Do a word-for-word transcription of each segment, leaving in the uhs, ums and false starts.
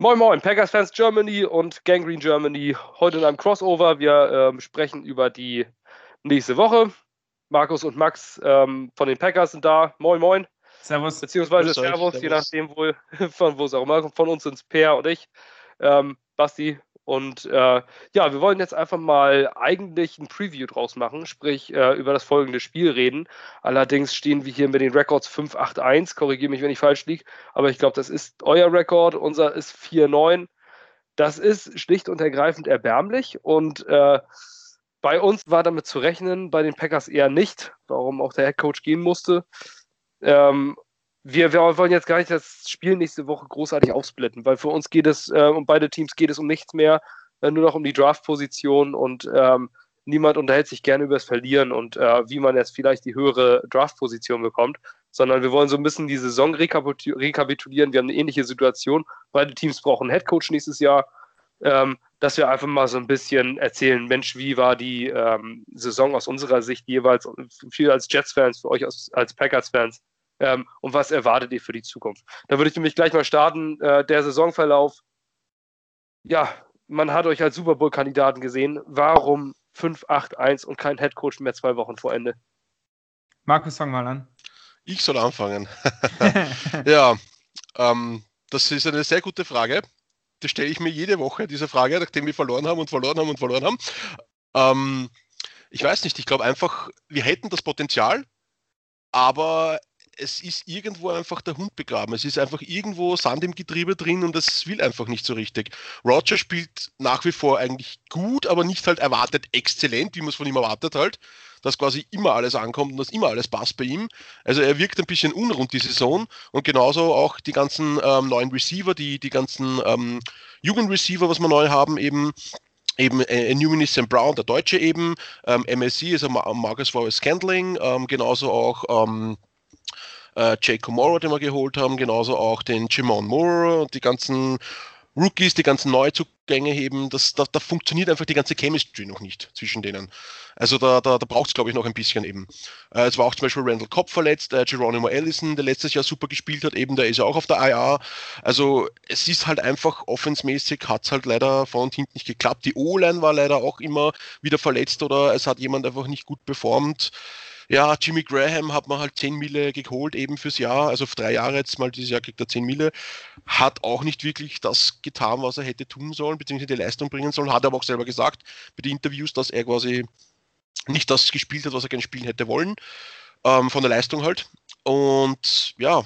Moin Moin, Packers Fans Germany und Gangrene Germany. Heute in einem Crossover. Wir ähm, sprechen über die nächste Woche. Markus und Max ähm, von den Packers sind da. Moin Moin. Servus. Beziehungsweise Grüß euch, Servus, je servus. nachdem, wo, von wo es auch immer kommt. Von uns sind es Per und ich, ähm, Basti. Und äh, ja, wir wollen jetzt einfach mal eigentlich ein Preview draus machen, sprich äh, über das folgende Spiel reden. Allerdings stehen wir hier mit den Records fünf acht eins, korrigiere mich, wenn ich falsch liege, aber ich glaube, das ist euer Rekord, unser ist vier neun. Das ist schlicht und ergreifend erbärmlich und äh, bei uns war damit zu rechnen, bei den Packers eher nicht, warum auch der Headcoach gehen musste. Ähm, wir, wir wollen jetzt gar nicht das Spiel nächste Woche großartig aufsplitten, weil für uns geht es, äh, um beide Teams geht es um nichts mehr, äh, nur noch um die Draft-Position und ähm, niemand unterhält sich gerne über das Verlieren und äh, wie man jetzt vielleicht die höhere Draft-Position bekommt, sondern wir wollen so ein bisschen die Saison rekapitu- rekapitulieren. Wir haben eine ähnliche Situation. Beide Teams brauchen einen Headcoach nächstes Jahr. Ähm, dass wir einfach mal so ein bisschen erzählen, Mensch, wie war die ähm, Saison aus unserer Sicht jeweils, viel als Jets-Fans, für euch als, als Packers-Fans, ähm, und was erwartet ihr für die Zukunft? Da würde ich nämlich gleich mal starten. Äh, der Saisonverlauf, ja, man hat euch als Super Bowl-Kandidaten gesehen. Warum fünf acht eins und kein Headcoach mehr zwei Wochen vor Ende? Markus, fang mal an. Ich soll anfangen. Ja, ähm, das ist eine sehr gute Frage. Das stelle ich mir jede Woche, diese Frage, nachdem wir verloren haben und verloren haben und verloren haben. Ähm, ich weiß nicht, ich glaube einfach, wir hätten das Potenzial, aber es ist irgendwo einfach der Hund begraben. Es ist einfach irgendwo Sand im Getriebe drin und es will einfach nicht so richtig. Roger spielt nach wie vor eigentlich gut, aber nicht halt erwartet exzellent, wie man es von ihm erwartet halt, dass quasi immer alles ankommt und dass immer alles passt bei ihm. Also er wirkt ein bisschen unrund die Saison und genauso auch die ganzen ähm, neuen Receiver, die, die ganzen ähm, Jugendreceiver, was wir neu haben, eben eben äh, Newman Sam Brown, der Deutsche eben, ähm, M S C, also Marcus Forrest Scandling, ähm, genauso auch ähm, äh, Jake Comoro, den wir geholt haben, genauso auch den Jimon Moore und die ganzen Rookies, die ganzen Neuzugänge eben, das, da, da funktioniert einfach die ganze Chemistry noch nicht zwischen denen. Also da, da, da braucht es, glaube ich, noch ein bisschen eben. Äh, es war auch zum Beispiel Randall Cobb verletzt, äh, Geronimo Allison, der letztes Jahr super gespielt hat, eben, der ist ja auch auf der I R. Also es ist halt einfach offensmäßig, hat es halt leider vorne und hinten nicht geklappt. Die O-Line war leider auch immer wieder verletzt oder es hat jemand einfach nicht gut performt. Ja, Jimmy Graham hat man halt zehn Mille geholt eben fürs Jahr, also für drei Jahre jetzt mal, dieses Jahr kriegt er zehn Mille, hat auch nicht wirklich das getan, was er hätte tun sollen, beziehungsweise die Leistung bringen sollen, hat er aber auch selber gesagt bei den Interviews, dass er quasi nicht das gespielt hat, was er gerne spielen hätte wollen, ähm, von der Leistung halt. Und ja,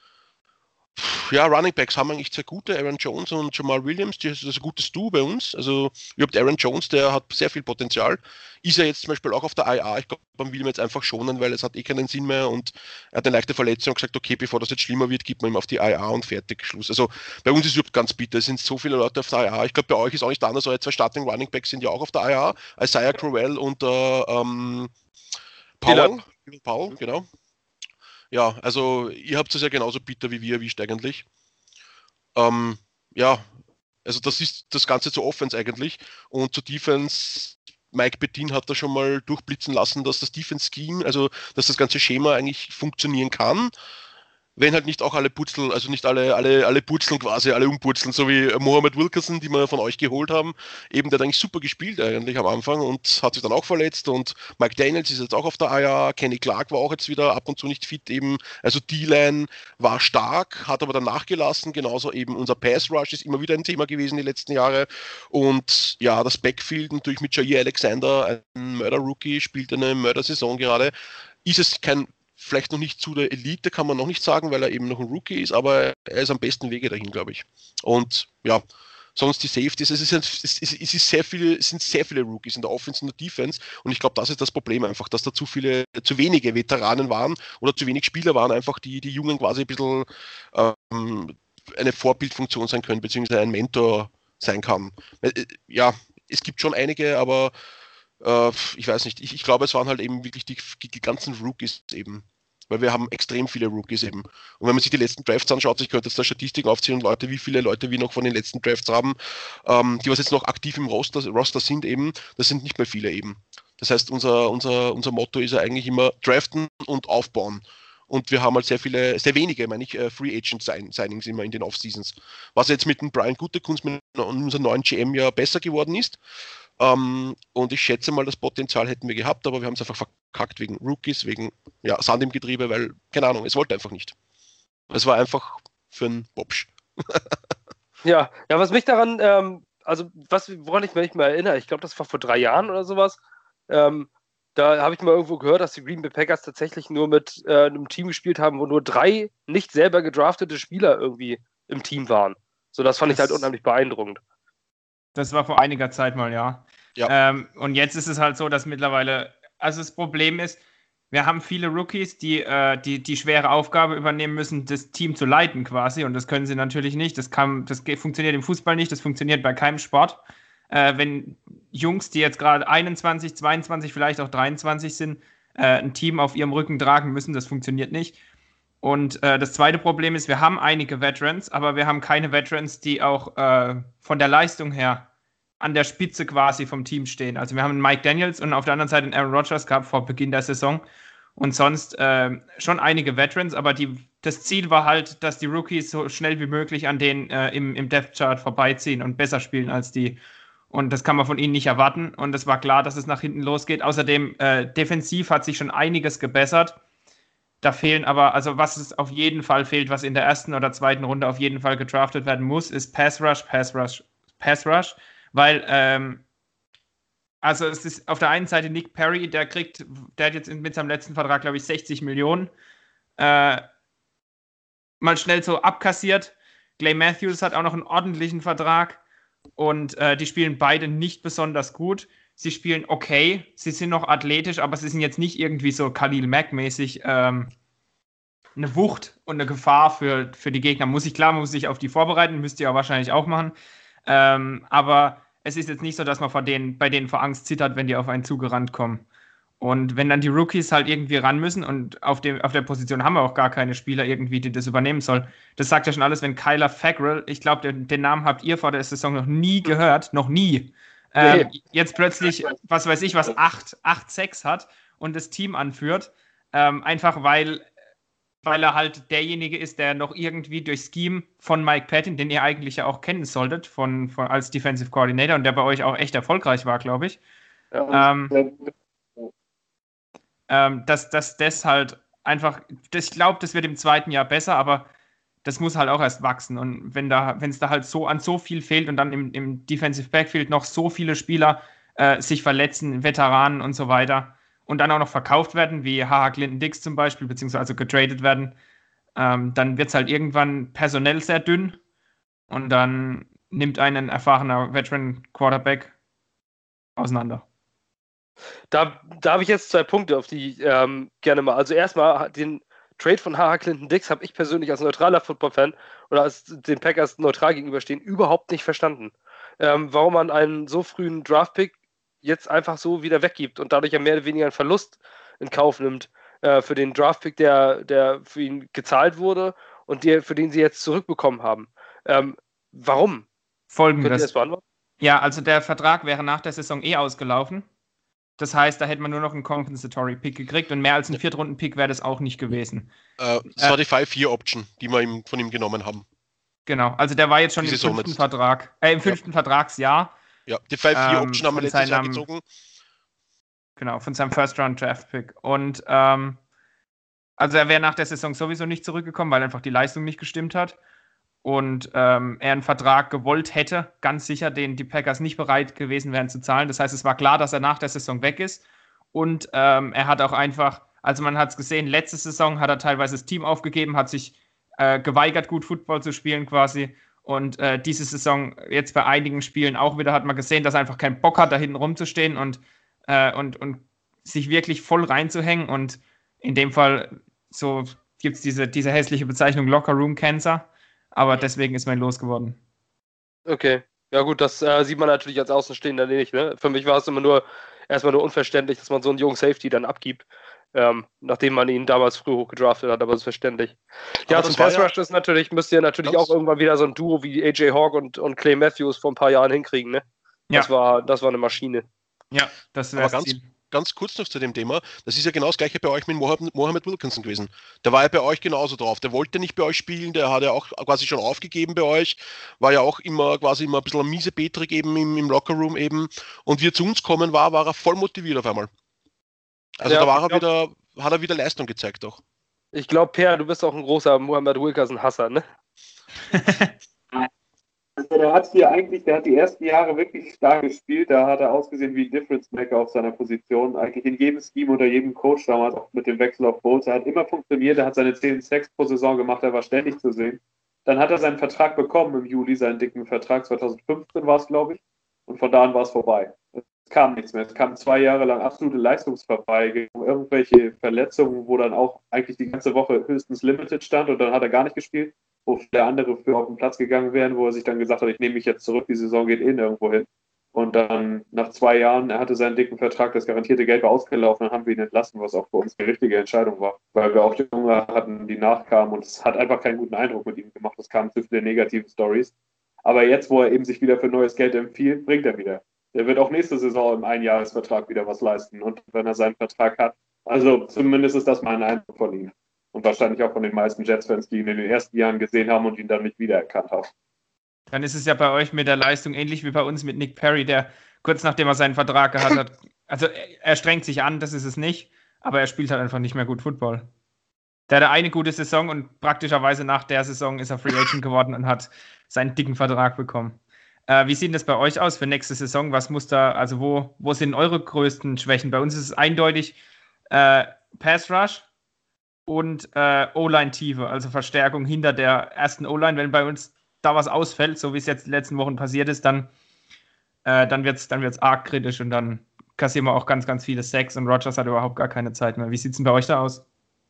ja, Running Backs haben eigentlich zwei gute, Aaron Jones und Jamal Williams, das ist ein gutes Duo bei uns. Also, ihr habt Aaron Jones, der hat sehr viel Potenzial. Ist er jetzt zum Beispiel auch auf der I R? Ich glaube, man will ihn jetzt einfach schonen, weil es hat eh keinen Sinn mehr und er hat eine leichte Verletzung und gesagt, okay, bevor das jetzt schlimmer wird, gibt man ihm auf die I R und fertig, Schluss. Also, bei uns ist es überhaupt ganz bitter, es sind so viele Leute auf der I R. Ich glaube, bei euch ist auch nicht anders, eure zwei Starting Running Backs sind ja auch auf der I R, Isaiah Crowell und äh, ähm, Powell. Powell, genau. Ja, also ihr habt es ja genauso bitter wie wir erwischt eigentlich. Ähm, ja, also das ist das Ganze zur Offense eigentlich. Und zur Defense, Mike Petin hat da schon mal durchblitzen lassen, dass das Defense-Scheme, also dass das ganze Schema eigentlich funktionieren kann. Wenn halt nicht auch alle putzeln, also nicht alle, alle, alle purzeln quasi, alle umpurzeln, so wie Mohamed Wilkerson, die wir von euch geholt haben. Eben, der hat eigentlich super gespielt eigentlich am Anfang und hat sich dann auch verletzt und Mike Daniels ist jetzt auch auf der I R, Kenny Clark war auch jetzt wieder ab und zu nicht fit eben, also D-Line war stark, hat aber dann nachgelassen, genauso eben unser Pass Rush ist immer wieder ein Thema gewesen die letzten Jahre und ja, das Backfield natürlich mit Jair Alexander, ein Mörder-Rookie, spielt eine Mörder-Saison gerade, ist es kein vielleicht noch nicht zu der Elite, kann man noch nicht sagen, weil er eben noch ein Rookie ist, aber er ist am besten Wege dahin, glaube ich. Und ja, sonst die Safeties, es, ist, es, ist, es ist sehr viele, es sind sehr viele Rookies in der Offense und der Defense und ich glaube, das ist das Problem einfach, dass da zu viele, zu wenige Veteranen waren oder zu wenig Spieler waren, einfach die, die Jungen quasi ein bisschen ähm, eine Vorbildfunktion sein können, beziehungsweise ein Mentor sein kann. Ja, es gibt schon einige, aber äh, ich weiß nicht, ich, ich glaube, es waren halt eben wirklich die, die ganzen Rookies eben. Weil wir haben extrem viele Rookies eben. Und wenn man sich die letzten Drafts anschaut, ich könnte jetzt da Statistiken aufziehen, Leute, wie viele Leute wir noch von den letzten Drafts haben, ähm, die was jetzt noch aktiv im Roster, Roster sind eben, das sind nicht mehr viele eben. Das heißt, unser, unser, unser Motto ist ja eigentlich immer draften und aufbauen. Und wir haben halt sehr viele, sehr wenige, meine ich, Free Agent Signings immer in den Off-Seasons. Was jetzt mit dem Brian Gutekunst, mit unserem neuen G M ja besser geworden ist. Um, und ich schätze mal, das Potenzial hätten wir gehabt, aber wir haben es einfach verkackt wegen Rookies, wegen ja, Sand im Getriebe, weil, keine Ahnung, es wollte einfach nicht. Es war einfach für einen Bobsch. ja, ja, was mich daran, ähm, also was, woran ich mich nicht mehr erinnere, ich glaube, das war vor drei Jahren oder sowas, ähm, da habe ich mal irgendwo gehört, dass die Green Bay Packers tatsächlich nur mit äh, einem Team gespielt haben, wo nur drei nicht selber gedraftete Spieler irgendwie im Team waren. So, das fand das, ich halt unheimlich beeindruckend. Das war vor einiger Zeit mal, ja. ja. Ähm, und jetzt ist es halt so, dass mittlerweile, also das Problem ist, wir haben viele Rookies, die, äh, die die schwere Aufgabe übernehmen müssen, das Team zu leiten quasi. Und das können sie natürlich nicht. Das, kann, das funktioniert im Fußball nicht, das funktioniert bei keinem Sport. Äh, wenn Jungs, die jetzt gerade einundzwanzig, zweiundzwanzig, vielleicht auch dreiundzwanzig sind, äh, ein Team auf ihrem Rücken tragen müssen, das funktioniert nicht. Und äh, das zweite Problem ist, wir haben einige Veterans, aber wir haben keine Veterans, die auch äh, von der Leistung her an der Spitze quasi vom Team stehen. Also wir haben einen Mike Daniels und auf der anderen Seite einen Aaron Rodgers gehabt vor Beginn der Saison und sonst äh, schon einige Veterans, aber die, das Ziel war halt, dass die Rookies so schnell wie möglich an denen äh, im, im Depth-Chart vorbeiziehen und besser spielen als die. Und das kann man von ihnen nicht erwarten und es war klar, dass es nach hinten losgeht. Außerdem, äh, defensiv hat sich schon einiges gebessert. Da fehlen aber, also was es auf jeden Fall fehlt, was in der ersten oder zweiten Runde auf jeden Fall gedraftet werden muss, ist Pass Rush, Pass Rush, Pass Rush, weil, ähm, also es ist auf der einen Seite Nick Perry, der kriegt, der hat jetzt mit seinem letzten Vertrag, glaube ich, sechzig Millionen äh, mal schnell so abkassiert. Clay Matthews hat auch noch einen ordentlichen Vertrag und äh, die spielen beide nicht besonders gut. Sie spielen okay, sie sind noch athletisch, aber sie sind jetzt nicht irgendwie so Khalil Mack-mäßig ähm, eine Wucht und eine Gefahr für, für die Gegner. Muss ich klar, man muss sich auf die vorbereiten, müsst ihr ja wahrscheinlich auch machen. Ähm, aber es ist jetzt nicht so, dass man vor denen, bei denen vor Angst zittert, wenn die auf einen zugerannt kommen. Und wenn dann die Rookies halt irgendwie ran müssen und auf, dem, auf der Position haben wir auch gar keine Spieler irgendwie, die das übernehmen sollen. Das sagt ja schon alles, wenn Kyler Fackrell, ich glaube, den, den Namen habt ihr vor der Saison noch nie gehört, noch nie. Ähm, nee. Jetzt plötzlich, was weiß ich, was acht sechs hat und das Team anführt, ähm, einfach weil, weil er halt derjenige ist, der noch irgendwie durch Scheme von Mike Patton, den ihr eigentlich ja auch kennen solltet, von, von, als Defensive Coordinator und der bei euch auch echt erfolgreich war, glaube ich, ja, ähm, ähm, dass, dass das halt einfach, das, ich glaube, das wird im zweiten Jahr besser, aber das muss halt auch erst wachsen. Und wenn da, wenn es da halt so an so viel fehlt und dann im, im Defensive Backfield noch so viele Spieler äh, sich verletzen, Veteranen und so weiter, und dann auch noch verkauft werden, wie H H Clinton Dix zum Beispiel, beziehungsweise also getradet werden, ähm, dann wird es halt irgendwann personell sehr dünn und dann nimmt einen erfahrener Veteran Quarterback auseinander. Da, da habe ich jetzt zwei Punkte, auf die ich ähm, gerne mal, also erstmal den Trade von H H Clinton Dix habe ich persönlich als neutraler Football-Fan oder als den Packers neutral gegenüberstehen überhaupt nicht verstanden. Ähm, warum man einen so frühen Draft-Pick jetzt einfach so wieder weggibt und dadurch ja mehr oder weniger einen Verlust in Kauf nimmt äh, für den Draft-Pick, der, der für ihn gezahlt wurde und der, für den sie jetzt zurückbekommen haben. Ähm, warum? Folgendes. Könnt ihr das beantworten? Ja, also der Vertrag wäre nach der Saison eh ausgelaufen. Das heißt, da hätte man nur noch einen Compensatory Pick gekriegt und mehr als ein Viertrunden-Pick wäre das auch nicht gewesen. Äh, das äh, war die five year Option, die wir ihm, von ihm genommen haben. Genau, also der war jetzt schon Diese im fünften Vertrag, äh, im fünften ja. Vertragsjahr. Ja, die five year Option ähm, haben wir letztes Jahr gezogen. Genau, von seinem First-Round-Draft-Pick. Und ähm, also er wäre nach der Saison sowieso nicht zurückgekommen, weil einfach die Leistung nicht gestimmt hat. Und ähm, er einen Vertrag gewollt hätte, ganz sicher, den die Packers nicht bereit gewesen wären zu zahlen. Das heißt, es war klar, dass er nach der Saison weg ist. Und ähm, er hat auch einfach, also man hat es gesehen, letzte Saison hat er teilweise das Team aufgegeben, hat sich äh, geweigert, gut Football zu spielen quasi. Und äh, diese Saison jetzt bei einigen Spielen auch wieder hat man gesehen, dass er einfach keinen Bock hat, da hinten rumzustehen und, äh, und, und sich wirklich voll reinzuhängen. Und in dem Fall so gibt es diese, diese hässliche Bezeichnung Locker Room Cancer. Aber deswegen ist mein Los geworden. Okay. Ja gut, das äh, sieht man natürlich als Außenstehender nicht. Ne? Für mich war es immer nur erstmal nur unverständlich, dass man so einen jungen Safety dann abgibt, ähm, nachdem man ihn damals früh hochgedraftet hat, aber das ist verständlich. Ja, zum Pass Rush ist natürlich, müsst ihr natürlich auch irgendwann wieder so ein Duo wie A J Hawk und, und Clay Matthews vor ein paar Jahren hinkriegen, ne? Ja. Das war, das war eine Maschine. Ja, das wäre ganz, ganz kurz noch zu dem Thema, das ist ja genau das gleiche bei euch mit Mohammed, Mohammed Wilkinson gewesen. Der war ja bei euch genauso drauf. Der wollte nicht bei euch spielen, der hat ja auch quasi schon aufgegeben bei euch, war ja auch immer quasi immer ein bisschen ein miese Petrik eben im, im Lockerroom eben. Und wie er zu uns kommen war, war er voll motiviert auf einmal. Also ja, da war er glaub, wieder, hat er wieder Leistung gezeigt doch. Ich glaube, Per, du bist auch ein großer Mohammed Wilkinson-Hasser, ne? Also der hat hier eigentlich, der hat die ersten Jahre wirklich stark gespielt, da hat er ausgesehen wie ein Difference-Maker auf seiner Position, eigentlich in jedem Scheme oder jedem Coach damals, auch mit dem Wechsel auf Bulls, er hat immer funktioniert, er hat seine zehn Sacks pro Saison gemacht, er war ständig zu sehen. Dann hat er seinen Vertrag bekommen im Juli, seinen dicken Vertrag, zwanzig fünfzehn war es, glaube ich, und von da an war es vorbei. Es kam nichts mehr, es kam zwei Jahre lang absolute Leistungsverweigerung, irgendwelche Verletzungen, wo dann auch eigentlich die ganze Woche höchstens Limited stand und dann hat er gar nicht gespielt, wo viele andere für auf den Platz gegangen wären, wo er sich dann gesagt hat, ich nehme mich jetzt zurück, die Saison geht eh nirgendwo hin. Und dann nach zwei Jahren, er hatte seinen dicken Vertrag, das garantierte Geld war ausgelaufen, dann haben wir ihn entlassen, was auch für uns die richtige Entscheidung war, weil wir auch Junge hatten, die nachkamen und es hat einfach keinen guten Eindruck mit ihm gemacht, es kamen zu viele negative Stories. Aber jetzt, wo er eben sich wieder für neues Geld empfiehlt, bringt er wieder. Er wird auch nächste Saison im Einjahresvertrag wieder was leisten und wenn er seinen Vertrag hat, also zumindest ist das mein Eindruck von ihm. Und wahrscheinlich auch von den meisten Jets-Fans, die ihn in den ersten Jahren gesehen haben und ihn dann nicht wiedererkannt haben. Dann ist es ja bei euch mit der Leistung ähnlich wie bei uns mit Nick Perry, der kurz nachdem er seinen Vertrag gehabt hat, also er strengt sich an, das ist es nicht, aber er spielt halt einfach nicht mehr gut Football. Der hatte eine gute Saison und praktischerweise nach der Saison ist er Free Agent geworden und hat seinen dicken Vertrag bekommen. Äh, wie sieht das bei euch aus für nächste Saison? Was muss da, also wo, wo sind eure größten Schwächen? Bei uns ist es eindeutig äh, Pass Rush und äh, O-Line-Tiefe, also Verstärkung hinter der ersten O-Line. Wenn bei uns da was ausfällt, so wie es jetzt in den letzten Wochen passiert ist, dann, äh, dann wird es dann wird's arg kritisch und dann kassieren wir auch ganz, ganz viele Sacks und Rodgers hat überhaupt gar keine Zeit mehr. Wie sieht es denn bei euch da aus?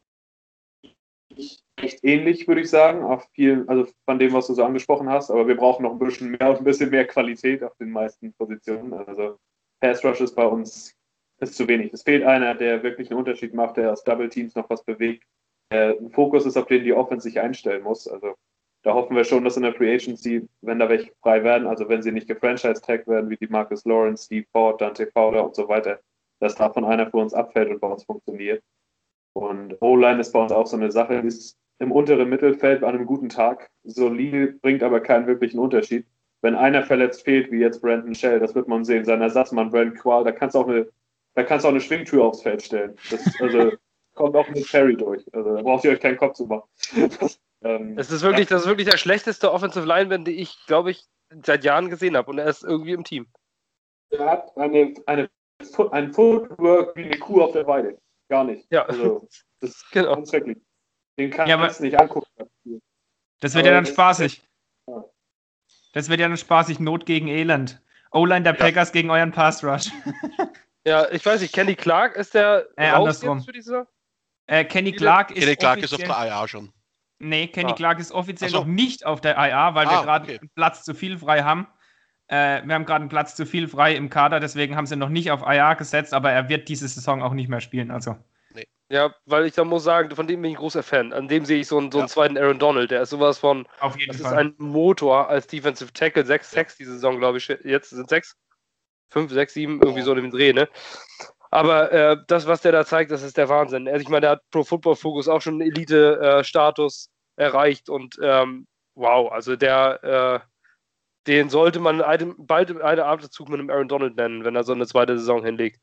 Recht ähnlich, würde ich sagen, auf viel, also von dem, was du so angesprochen hast, aber wir brauchen noch ein bisschen mehr und ein bisschen mehr Qualität auf den meisten Positionen. Also Pass Rush ist bei uns ist zu wenig. Es fehlt einer, der wirklich einen Unterschied macht, der aus Double Teams noch was bewegt. Äh, ein Fokus ist, auf den die Offense sich einstellen muss. Also da hoffen wir schon, dass in der Free Agency, wenn da welche frei werden, also wenn sie nicht gefranchise-tagged werden, wie die Marcus Lawrence, Steve Ford, Dante Fowler und so weiter, dass davon einer für uns abfällt und bei uns funktioniert. Und O-Line ist bei uns auch so eine Sache, die ist im unteren Mittelfeld an einem guten Tag solide, bringt aber keinen wirklichen Unterschied. Wenn einer verletzt fehlt, wie jetzt Brandon Shell, das wird man sehen, sein Ersatzmann Brandon Qual, da kannst du auch eine Da kannst du auch eine Schwingtür aufs Feld stellen. Das also kommt auch mit Perry durch. Also da braucht ihr euch keinen Kopf zu machen. ähm, das, ist wirklich, das ist wirklich der schlechteste Offensive Lineman, den ich, glaube ich, seit Jahren gesehen habe. Und er ist irgendwie im Team. Er hat eine, eine, ein Footwork wie eine Kuh auf der Weide. Gar nicht. Ja. Also, das ist genau. ganz schrecklich. Den kann ja, man jetzt nicht angucken. Das wird aber ja dann spaßig. Ja. Das wird ja dann spaßig. Not gegen Elend. O-Line der Packers ja. gegen euren Pass Rush. Ja, ich weiß nicht, Kenny Clark ist der äh, raus jetzt für diese? Äh, Kenny Clark ist Kenny Clark ist auf der I R schon. Nee, Kenny ah. Clark ist offiziell so. noch nicht auf der I R, weil ah, wir gerade okay. einen Platz zu viel frei haben. Äh, wir haben gerade einen Platz zu viel frei im Kader, deswegen haben sie noch nicht auf I R gesetzt, aber er wird diese Saison auch nicht mehr spielen. Also. Nee. Ja, weil ich da muss sagen, von dem bin ich ein großer Fan. An dem sehe ich so einen, so einen ja. zweiten Aaron Donald, der ist sowas von, auf jeden das Fall. ist ein Motor als Defensive Tackle, sechs Sacks diese Saison, glaube ich, jetzt sind sechs. Fünf, sechs, sieben, irgendwie so in dem Dreh, ne? Aber äh, das, was der da zeigt, das ist der Wahnsinn. Also ich meine, der hat Pro Football Focus auch schon einen Elite-Status äh, erreicht und ähm, wow, also der, äh, den sollte man einem, bald in einem Atemzug mit einem Aaron Donald nennen, wenn er so eine zweite Saison hinlegt.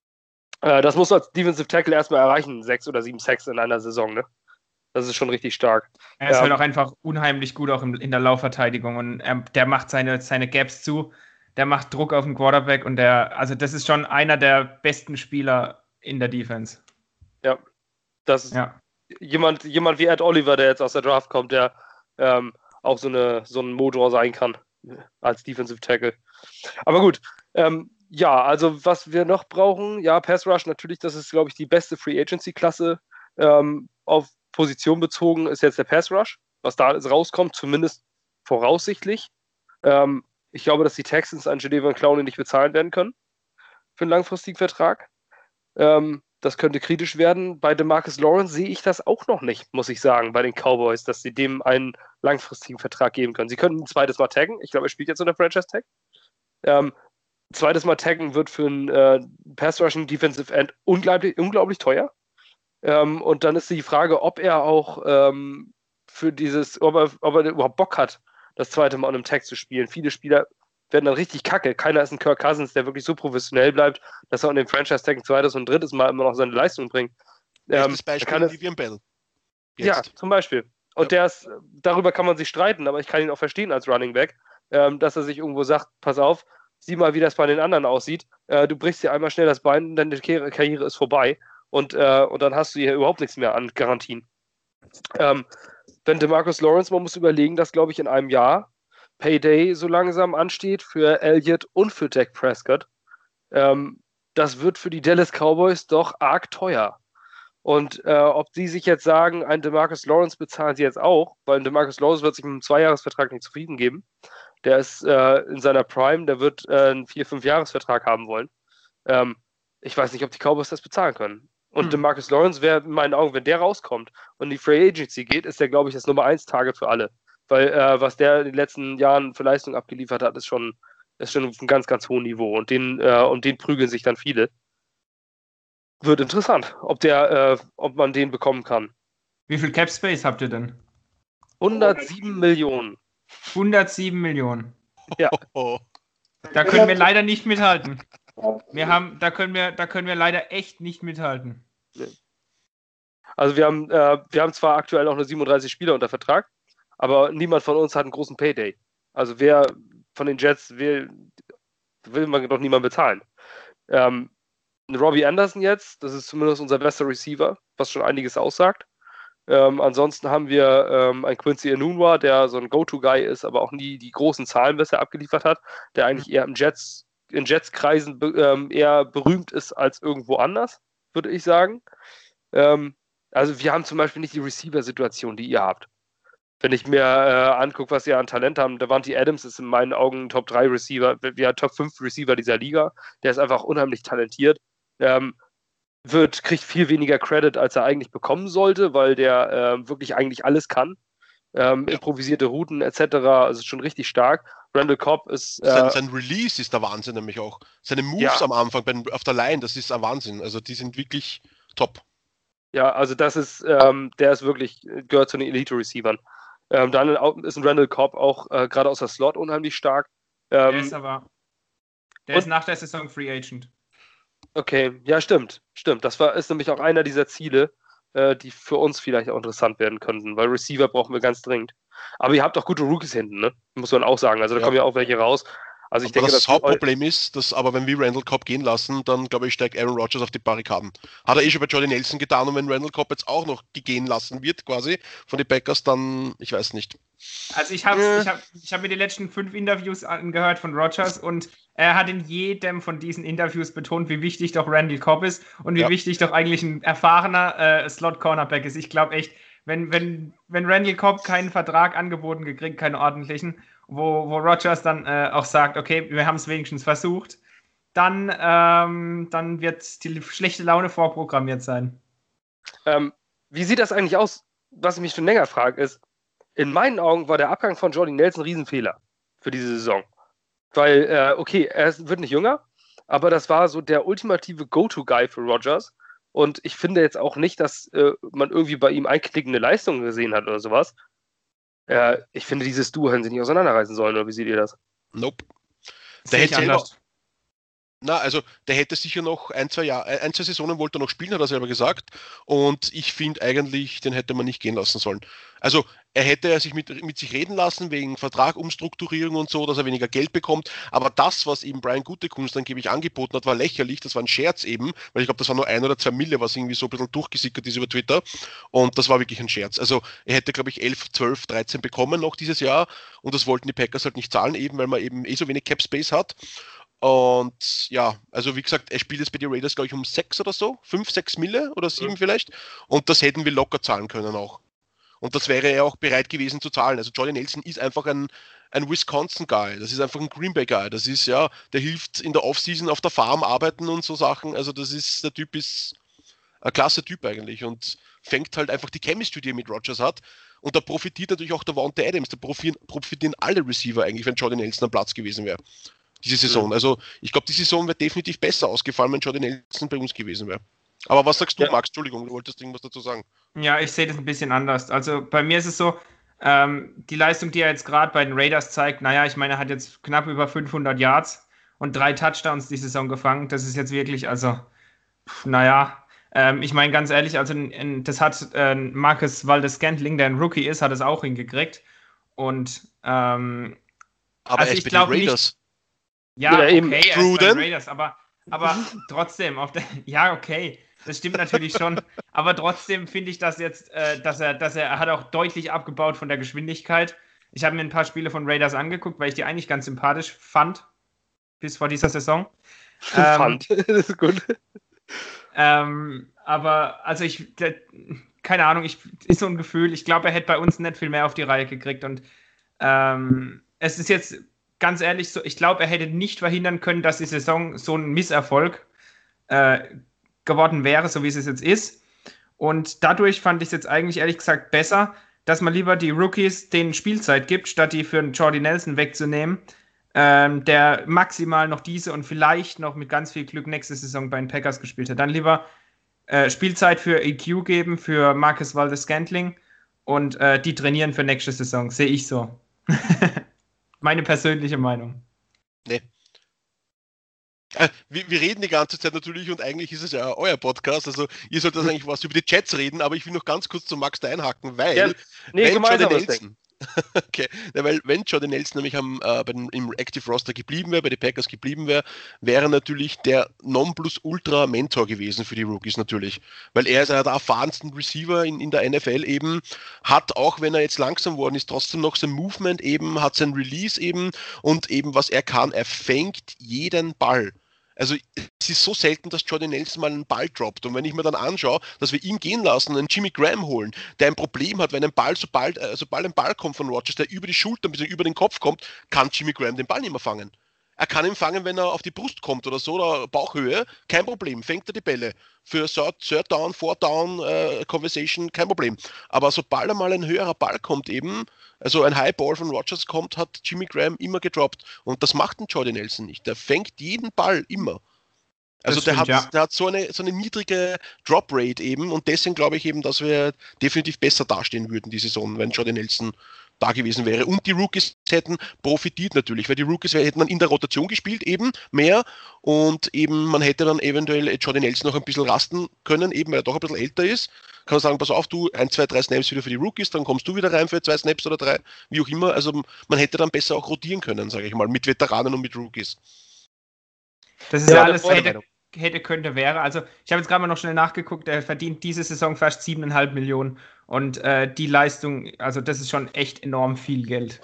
Äh, das muss man als Defensive Tackle erstmal erreichen, sechs oder sieben Sacks in einer Saison, ne? Das ist schon richtig stark. Er ist ähm, halt auch einfach unheimlich gut auch in, in der Laufverteidigung und er, der macht seine, seine Gaps zu. Der macht Druck auf den Quarterback und der, also das ist schon einer der besten Spieler in der Defense. Ja, das ist ja. jemand, jemand wie Ed Oliver, der jetzt aus der Draft kommt, der ähm, auch so, eine, so ein Motor sein kann als Defensive Tackle. Aber gut, ähm, ja, also was wir noch brauchen, ja, Pass Rush natürlich, das ist, glaube ich, die beste Free Agency Klasse ähm, auf Position bezogen, ist jetzt der Pass Rush, was da alles rauskommt, zumindest voraussichtlich. Ähm, Ich glaube, dass die Texans an Jadeveon Clowney nicht bezahlen werden können für einen langfristigen Vertrag. Ähm, das könnte kritisch werden. Bei DeMarcus Lawrence sehe ich das auch noch nicht, muss ich sagen, bei den Cowboys, dass sie dem einen langfristigen Vertrag geben können. Sie können ein zweites Mal taggen. Ich glaube, er spielt jetzt unter Franchise-Tag. Ähm, zweites Mal taggen wird für einen äh, Pass-Rushing Defensive End unglaublich, unglaublich teuer. Ähm, und dann ist die Frage, ob er auch ähm, für dieses, ob er, ob er überhaupt Bock hat, das zweite Mal an einem Tag zu spielen. Viele Spieler werden dann richtig kacke. Keiner ist ein Kirk Cousins, der wirklich so professionell bleibt, dass er an dem Franchise-Tag ein zweites und drittes Mal immer noch seine Leistung bringt. Ähm, das Beispiel Livian Bell. Jetzt. Ja, zum Beispiel. Und ja. der ist, darüber kann man sich streiten, aber ich kann ihn auch verstehen als Running Back, ähm, dass er sich irgendwo sagt, pass auf, sieh mal, wie das bei den anderen aussieht. Äh, du brichst dir einmal schnell das Bein, deine Karriere ist vorbei und, äh, und dann hast du hier überhaupt nichts mehr an Garantien. Ähm, wenn DeMarcus Lawrence, man muss überlegen, dass, glaube ich, in einem Jahr Payday so langsam ansteht für Elliott und für Dak Prescott. Ähm, das wird für die Dallas Cowboys doch arg teuer. Und äh, ob sie sich jetzt sagen, einen DeMarcus Lawrence bezahlen sie jetzt auch, weil ein DeMarcus Lawrence wird sich mit einem Zweijahresvertrag nicht zufrieden geben. Der ist äh, in seiner Prime, der wird äh, einen vier-, fünf-Jahres-Vertrag haben wollen. Ähm, ich weiß nicht, ob die Cowboys das bezahlen können. Und hm. DeMarcus Lawrence wäre in meinen Augen, wenn der rauskommt und in die Free Agency geht, ist der, glaube ich, das Nummer eins Target für alle. Weil äh, was der in den letzten Jahren für Leistung abgeliefert hat, ist schon, ist schon auf einem ganz, ganz hohen Niveau. Und den, äh, um den prügeln sich dann viele. Wird interessant, ob der, äh, ob man den bekommen kann. Wie viel Cap Space habt ihr denn? hundertsieben Millionen. hundertsieben Millionen. Ja. Da können wir leider nicht mithalten. Wir haben, da können wir, da können wir leider echt nicht mithalten. Also wir haben, äh, wir haben zwar aktuell noch nur siebenunddreißig Spieler unter Vertrag, aber niemand von uns hat einen großen Payday. Also wer von den Jets will, will man doch niemand bezahlen. Ähm, Robbie Anderson jetzt, das ist zumindest unser bester Receiver, was schon einiges aussagt. Ähm, ansonsten haben wir ähm, einen Quincy Enunwa, der so ein Go-To-Guy ist, aber auch nie die großen Zahlen bisher abgeliefert hat, der eigentlich eher im Jets, in Jets-Kreisen be ähm, eher berühmt ist als irgendwo anders, würde ich sagen. Ähm, also wir haben zum Beispiel nicht die Receiver-Situation, die ihr habt. Wenn ich mir äh, angucke, was ihr an Talent haben, Davante Adams ist in meinen Augen ein Top drei Receiver, wir haben Top fünf Receiver dieser Liga, der ist einfach unheimlich talentiert. Ähm, wird, kriegt viel weniger Credit, als er eigentlich bekommen sollte, weil der äh, wirklich eigentlich alles kann. Ähm, ja. Improvisierte Routen et cetera. Also schon richtig stark. Randall Cobb ist... Äh, sein, sein Release ist der Wahnsinn nämlich auch. Seine Moves ja. am Anfang bei, auf der Line, das ist ein Wahnsinn. Also die sind wirklich top. Ja, also das ist, ähm, der ist wirklich, gehört zu den Elite-Receivern. Ähm, dann ist ein Randall Cobb auch äh, gerade aus der Slot unheimlich stark. Ähm, der ist aber... Der ist nach der Saison Free Agent. Okay, ja, stimmt. Stimmt. Das war, ist nämlich auch einer dieser Ziele, äh, die für uns vielleicht auch interessant werden könnten, weil Receiver brauchen wir ganz dringend. Aber ihr habt auch gute Rookies hinten, ne? Muss man auch sagen. Also da ja. kommen ja auch welche raus. Also ich aber denke, das, das Hauptproblem ist, dass aber wenn wir Randall Cobb gehen lassen, dann glaube ich, steigt Aaron Rodgers auf die Barrikaden. Hat er eh schon bei Jordy Nelson getan und wenn Randall Cobb jetzt auch noch gehen lassen wird, quasi von den Packers, dann, ich weiß nicht. Also ich habe äh. ich hab, ich hab mir die letzten fünf Interviews angehört von Rodgers und er hat in jedem von diesen Interviews betont, wie wichtig doch Randall Cobb ist und wie ja. wichtig doch eigentlich ein erfahrener äh, Slot-Cornerback ist. Ich glaube echt, wenn, wenn, wenn Randall Cobb keinen Vertrag angeboten gekriegt, keinen ordentlichen, wo, wo Rodgers dann äh, auch sagt, okay, wir haben es wenigstens versucht, dann, ähm, dann wird die schlechte Laune vorprogrammiert sein. Ähm, wie sieht das eigentlich aus? Was ich mich schon länger frage, ist, in meinen Augen war der Abgang von Jordy Nelson ein Riesenfehler für diese Saison. Weil, äh, okay, er wird nicht jünger, aber das war so der ultimative Go-To-Guy für Rodgers. Und ich finde jetzt auch nicht, dass äh, man irgendwie bei ihm einknickende Leistungen gesehen hat oder sowas. Äh, ich finde, dieses Duo hätten sie nicht auseinanderreißen sollen, oder wie seht ihr das? Nope. Der hätte selber... Na, also der hätte sicher noch ein, zwei Jahre, ein, zwei Saisonen wollte er noch spielen, hat er selber gesagt. Und ich finde eigentlich, den hätte man nicht gehen lassen sollen. Also er hätte sich mit, mit sich reden lassen, wegen Vertragumstrukturierung und so, dass er weniger Geld bekommt. Aber das, was eben Brian Gutekunst angeblich angeboten hat, war lächerlich. Das war ein Scherz eben, weil ich glaube, das war nur ein oder zwei Mille, was irgendwie so ein bisschen durchgesickert ist über Twitter. Und das war wirklich ein Scherz. Also er hätte, glaube ich, elf, zwölf, dreizehn bekommen noch dieses Jahr. Und das wollten die Packers halt nicht zahlen, eben weil man eben eh so wenig Cap Space hat. Und ja, also wie gesagt, er spielt jetzt bei den Raiders, glaube ich, um sechs oder so, fünf, sechs Mille oder sieben ja. vielleicht. Und das hätten wir locker zahlen können auch. Und das wäre er auch bereit gewesen zu zahlen. Also Jordy Nelson ist einfach ein, ein Wisconsin-Guy, das ist einfach ein Green Bay-Guy. Das ist ja, der hilft in der Offseason auf der Farm arbeiten und so Sachen. Also das ist, der Typ ist ein klasse Typ eigentlich und fängt halt einfach die Chemistry, die er mit Rodgers hat. Und da profitiert natürlich auch der Davante Adams, da profitieren alle Receiver eigentlich, wenn Jordy Nelson am Platz gewesen wäre. diese Saison. Mhm. Also ich glaube, die Saison wäre definitiv besser ausgefallen, wenn Jordy Nelson bei uns gewesen wäre. Aber was sagst du, ja. Max? Entschuldigung, du wolltest irgendwas dazu sagen. Ja, ich sehe das ein bisschen anders. Also bei mir ist es so, ähm, die Leistung, die er jetzt gerade bei den Raiders zeigt, naja, ich meine, er hat jetzt knapp über fünfhundert Yards und drei Touchdowns die Saison gefangen. Das ist jetzt wirklich, also, pff, naja, ähm, ich meine ganz ehrlich, also in, das hat äh, Marcus Valdes-Scantling, der ein Rookie ist, hat es auch hingekriegt. Und ähm, aber also er ist ich glaube nicht. Ja, ja, okay, er ist bei den Raiders, aber, aber trotzdem, auf der, ja, okay. Das stimmt natürlich schon, aber trotzdem finde ich das jetzt, äh, dass er, dass er, er hat auch deutlich abgebaut von der Geschwindigkeit. Ich habe mir ein paar Spiele von Raiders angeguckt, weil ich die eigentlich ganz sympathisch fand, bis vor dieser Saison. Ähm, fand, das ist gut. Ähm, aber, also ich, der, keine Ahnung, ich, ist so ein Gefühl, ich glaube, er hätte bei uns nicht viel mehr auf die Reihe gekriegt und ähm, es ist jetzt ganz ehrlich so, ich glaube, er hätte nicht verhindern können, dass die Saison so ein Misserfolg äh, geworden wäre, so wie es jetzt ist. Und dadurch fand ich es jetzt eigentlich ehrlich gesagt besser, dass man lieber die Rookies denen Spielzeit gibt, statt die für einen Jordy Nelson wegzunehmen, ähm, der maximal noch diese und vielleicht noch mit ganz viel Glück nächste Saison bei den Packers gespielt hat. Dann lieber äh, Spielzeit für E Q geben, für Marcus Valdes-Scantling und äh, die trainieren für nächste Saison. Sehe ich so. Meine persönliche Meinung. Nee. Wir, wir reden die ganze Zeit natürlich und eigentlich ist es ja euer Podcast, also ihr sollt das eigentlich was über die Chats reden, aber ich will noch ganz kurz zu Max da einhaken, weil ja, nee, wenn Jordy Nelson, okay, weil wenn Jordy Nelson nämlich am, äh, bei den, im Active Roster geblieben wäre, bei den Packers geblieben wäre, wäre er natürlich der Nonplusultra-Mentor gewesen für die Rookies natürlich, weil er ist einer der erfahrensten Receiver in, in der N F L eben, hat auch, wenn er jetzt langsam worden ist, trotzdem noch sein Movement eben, hat sein Release eben und eben was er kann, er fängt jeden Ball. Also es ist so selten, dass Jordy Nelson mal einen Ball droppt. Und wenn ich mir dann anschaue, dass wir ihn gehen lassen, einen Jimmy Graham holen, der ein Problem hat, wenn ein Ball, sobald, äh, sobald ein Ball kommt von Rodgers, der über die Schulter, ein bisschen über den Kopf kommt, kann Jimmy Graham den Ball nicht mehr fangen. Er kann ihn fangen, wenn er auf die Brust kommt oder so, oder Bauchhöhe, kein Problem, fängt er die Bälle. Für Third, Third Down, Fourth Down äh, Conversation, kein Problem. Aber sobald einmal ein höherer Ball kommt eben, also ein High Ball von Rodgers kommt, hat Jimmy Graham immer gedroppt. Und das macht ein Jordy Nelson nicht. Der fängt jeden Ball immer. Also der, stimmt, hat, ja. der hat so eine, so eine niedrige Drop-Rate eben und deswegen glaube ich eben, dass wir definitiv besser dastehen würden die Saison, wenn Jordy Nelson da gewesen wäre. Und die Rookies hätten profitiert natürlich, weil die Rookies hätten dann in der Rotation gespielt eben mehr und eben man hätte dann eventuell Jordy Nelson noch ein bisschen rasten können, eben weil er doch ein bisschen älter ist. Kann man sagen, pass auf, du, ein, zwei, drei Snaps wieder für die Rookies, dann kommst du wieder rein für zwei Snaps oder drei, wie auch immer. Also man hätte dann besser auch rotieren können, sage ich mal, mit Veteranen und mit Rookies. Das ist ja, ja alles hätte, hätte, könnte, wäre. Also ich habe jetzt gerade mal noch schnell nachgeguckt, er verdient diese Saison fast siebeneinhalb Millionen und äh, die Leistung, also das ist schon echt enorm viel Geld.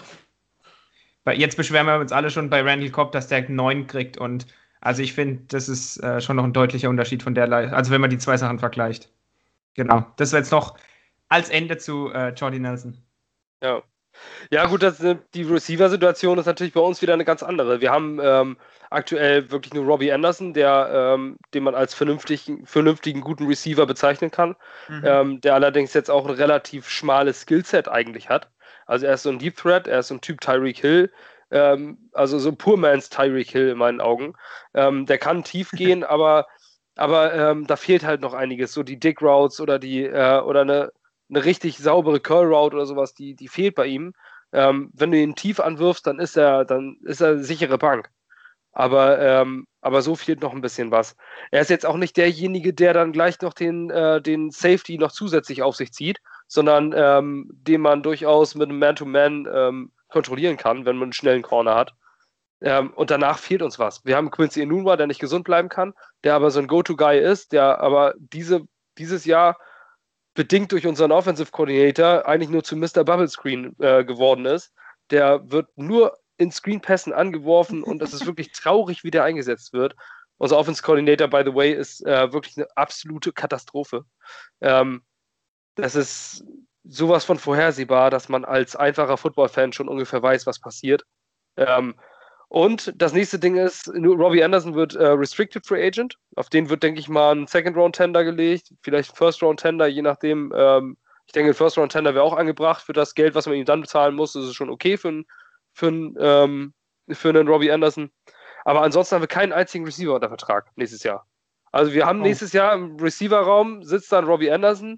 Weil jetzt beschweren wir uns alle schon bei Randall Cobb, dass der neun kriegt und also ich finde, das ist äh, schon noch ein deutlicher Unterschied von der Leistung, also wenn man die zwei Sachen vergleicht. Genau, das wäre jetzt noch als Ende zu äh, Jordy Nelson. Ja. Ja, gut, das, die Receiver-Situation ist natürlich bei uns wieder eine ganz andere. Wir haben ähm, aktuell wirklich nur Robbie Anderson, der, ähm, den man als vernünftigen, vernünftigen, guten Receiver bezeichnen kann, mhm. ähm, der allerdings jetzt auch ein relativ schmales Skillset eigentlich hat. Also er ist so ein Deep Threat, er ist so ein Typ Tyreek Hill, ähm, also so Poor Man's Tyreek Hill in meinen Augen. Ähm, der kann tief gehen, aber, aber ähm, da fehlt halt noch einiges, so die Dick Routes oder die äh, oder eine eine richtig saubere Curl Route oder sowas, die, die fehlt bei ihm. Ähm, wenn du ihn tief anwirfst, dann ist er, dann ist er sichere Bank. Aber, ähm, aber so fehlt noch ein bisschen was. Er ist jetzt auch nicht derjenige, der dann gleich noch den, äh, den Safety noch zusätzlich auf sich zieht, sondern ähm, den man durchaus mit einem Man-to-Man ähm, kontrollieren kann, wenn man einen schnellen Corner hat. Ähm, und danach fehlt uns was. Wir haben Quincy Enunwa, der nicht gesund bleiben kann, der aber so ein Go-To-Guy ist, der aber diese, dieses Jahr bedingt durch unseren Offensive Coordinator eigentlich nur zu Mister Bubble Screen äh, geworden ist. Der wird nur in Screen-Pässen angeworfen und es ist wirklich traurig, wie der eingesetzt wird. Unser Offensive Coordinator, by the way, ist äh, wirklich eine absolute Katastrophe. Ähm, das ist sowas von vorhersehbar, dass man als einfacher Football-Fan schon ungefähr weiß, was passiert. Ähm, Und das nächste Ding ist, Robbie Anderson wird äh, Restricted Free Agent. Auf den wird, denke ich mal, ein Second-Round-Tender gelegt, vielleicht First-Round-Tender, je nachdem. Ähm, ich denke, ein First-Round-Tender wäre auch angebracht für das Geld, was man ihm dann bezahlen muss. Das ist schon okay für, ein, für, ein, ähm, für einen Robbie Anderson. Aber ansonsten haben wir keinen einzigen Receiver unter Vertrag nächstes Jahr. Also wir haben Oh. nächstes Jahr im Receiver-Raum sitzt dann Robbie Anderson.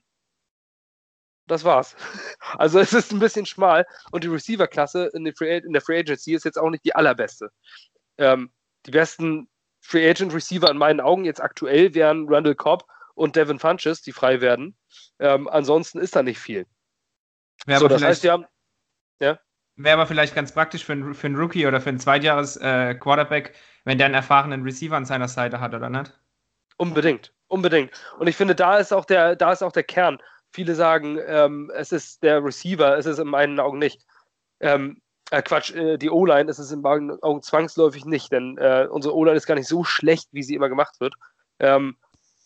Das war's. Also es ist ein bisschen schmal und die Receiver-Klasse in, in der Free Agency ist jetzt auch nicht die allerbeste. Ähm, die besten Free Agent Receiver in meinen Augen jetzt aktuell wären Randall Cobb und Devin Funchess, die frei werden. Ähm, ansonsten ist da nicht viel. Wäre So, aber, das heißt, wir haben, ja? wär aber vielleicht ganz praktisch für einen, für einen Rookie oder für einen Zweitjahres-Quarterback, äh, wenn der einen erfahrenen Receiver an seiner Seite hat, oder nicht? Unbedingt, unbedingt. Und ich finde, da ist auch der, da ist auch der Kern. Viele sagen, ähm, es ist der Receiver, es ist in meinen Augen nicht. Ähm, äh, Quatsch, äh, die O-Line ist es in meinen Augen zwangsläufig nicht, denn äh, unsere O-Line ist gar nicht so schlecht, wie sie immer gemacht wird. Ähm,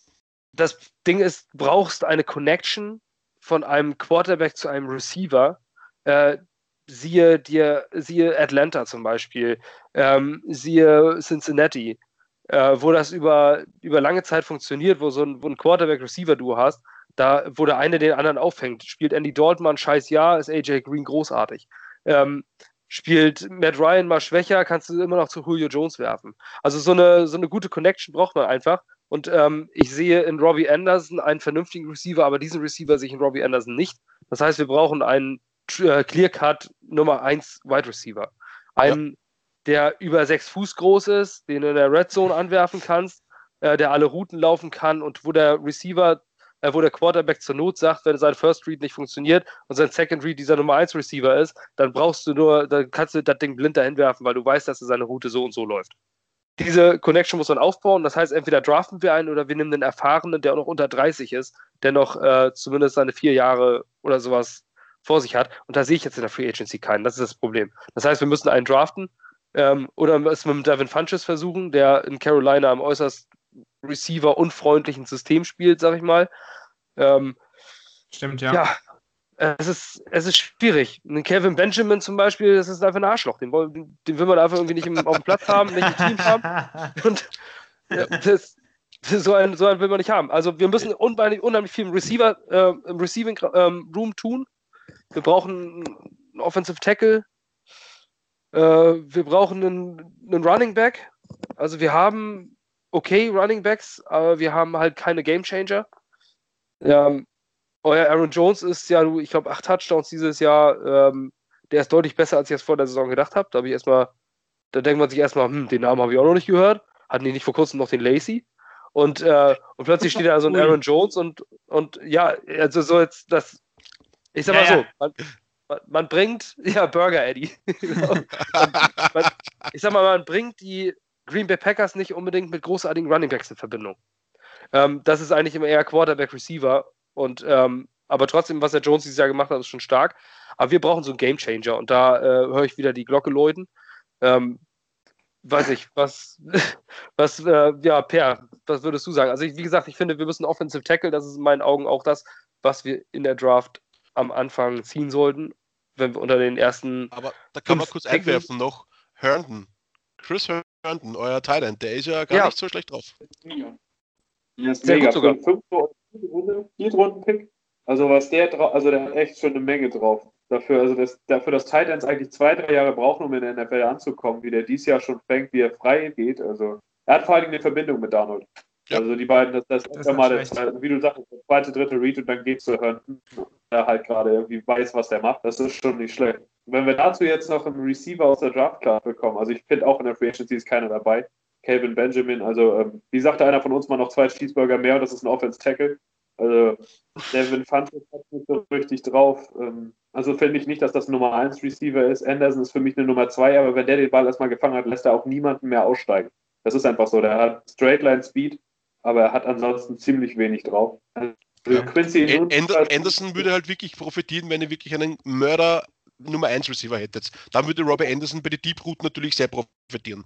das Ding ist, du brauchst eine Connection von einem Quarterback zu einem Receiver. Äh, siehe dir, siehe Atlanta zum Beispiel, ähm, siehe Cincinnati, äh, wo das über, über lange Zeit funktioniert, wo so ein, wo ein Quarterback-Receiver-Duo hast, da, wo der eine den anderen auffängt. Spielt Andy Dalton mal ein scheiß Jahr, ist A J Green großartig. Ähm, spielt Matt Ryan mal schwächer, kannst du immer noch zu Julio Jones werfen. Also so eine, so eine gute Connection braucht man einfach. Und ähm, ich sehe in Robbie Anderson einen vernünftigen Receiver, aber diesen Receiver sehe ich in Robbie Anderson nicht. Das heißt, wir brauchen einen äh, Clear-Cut Nummer eins Wide Receiver. Einen, ja. der über sechs Fuß groß ist, den du in der Red Zone anwerfen kannst, äh, der alle Routen laufen kann und wo der Receiver, äh, wo der Quarterback zur Not sagt, wenn sein First Read nicht funktioniert und sein Second Read dieser Nummer eins Receiver ist, dann brauchst du nur, dann kannst du das Ding blind dahin werfen, weil du weißt, dass seine Route so und so läuft. Diese Connection muss man aufbauen. Das heißt, entweder draften wir einen oder wir nehmen einen Erfahrenen, der auch noch unter dreißig ist, der noch äh, zumindest seine vier Jahre oder sowas vor sich hat. Und da sehe ich jetzt in der Free Agency keinen. Das ist das Problem. Das heißt, wir müssen einen draften ähm, oder es mit Devin Funchess versuchen, der in Carolina am äußerst Receiver-unfreundlichen System spielt, sag ich mal. Ähm, Stimmt, ja. Ja, es ist, es ist schwierig. Ein Kevin Benjamin zum Beispiel, das ist einfach ein Arschloch. Den, wollen, den will man einfach irgendwie nicht im, auf dem Platz haben, nicht im Team haben. Und ja, das, so, einen, so einen will man nicht haben. Also wir müssen unheimlich, unheimlich viel im Receiver, äh, im Receiving ähm, Room tun. Wir brauchen einen Offensive Tackle. Äh, wir brauchen einen, einen Running Back. Also wir haben okay Running Backs, aber wir haben halt keine Game Changer. Ja, euer Aaron Jones ist ja, ich glaube, acht Touchdowns dieses Jahr. Ähm, der ist deutlich besser, als ich es vor der Saison gedacht habe. Da habe ich erstmal, da denkt man sich erstmal, hm, den Namen habe ich auch noch nicht gehört. Hatten die nicht vor kurzem noch den Lacey? Und, äh, und plötzlich steht da so ein Aaron Jones und, und ja, also so jetzt das, ich sag mal ja, so, man, man, man bringt, ja, Burger Eddie. man, man, ich sag mal, man bringt die Green Bay Packers nicht unbedingt mit großartigen Running Backs in Verbindung. Ähm, das ist eigentlich immer eher Quarterback-Receiver. Und ähm, aber trotzdem, was der Jones dieses Jahr gemacht hat, ist schon stark. Aber wir brauchen so einen Gamechanger und da äh, höre ich wieder die Glocke läuten. Ähm, weiß ich, was, was, äh, ja, Per, was würdest du sagen? Also ich, wie gesagt, ich finde, wir müssen Offensive Tackle, das ist in meinen Augen auch das, was wir in der Draft am Anfang ziehen sollten, wenn wir unter den ersten. Aber da kann man kurz Tackle einwerfen noch, Herndon, Chris Herndon, euer Tight End, der ist ja gar ja. nicht so schlecht drauf. Ja, ist sehr mega. Gut sogar. Viertrunden-Pick. Also was der drauf, also der hat echt schon eine Menge drauf. Dafür, also das, dafür, dass Tight Ends eigentlich zwei, drei Jahre brauchen, um in der N F L anzukommen, wie der dieses Jahr schon fängt, wie er frei geht. Also er hat vor allem eine Verbindung mit Darnold. Ja. Also die beiden, das, das, das ist mal das, wie du sagst, der zweite, dritte Read und dann geht's zu Herndon, der halt gerade irgendwie weiß, was der macht. Das ist schon nicht schlecht. Und wenn wir dazu jetzt noch einen Receiver aus der Draft Class bekommen, also ich finde auch in der Free Agency ist keiner dabei. Calvin Benjamin, also ähm, wie sagte einer von uns mal noch zwei Cheeseburger mehr und das ist ein Offense Tackle. Also Devin Funchess hat nicht so richtig drauf. Ähm, also finde ich nicht, dass das ein Nummer eins Receiver ist. Anderson ist für mich eine Nummer zwei, aber wenn der den Ball erstmal gefangen hat, lässt er auch niemanden mehr aussteigen. Das ist einfach so. Der hat Straight Line Speed, aber er hat ansonsten ziemlich wenig drauf. Also ja. Quincy Anderson, Anderson würde halt wirklich profitieren, wenn ihr wirklich einen Mörder Nummer eins Receiver hättet. Dann würde Robbie Anderson bei der Deep Route natürlich sehr profitieren.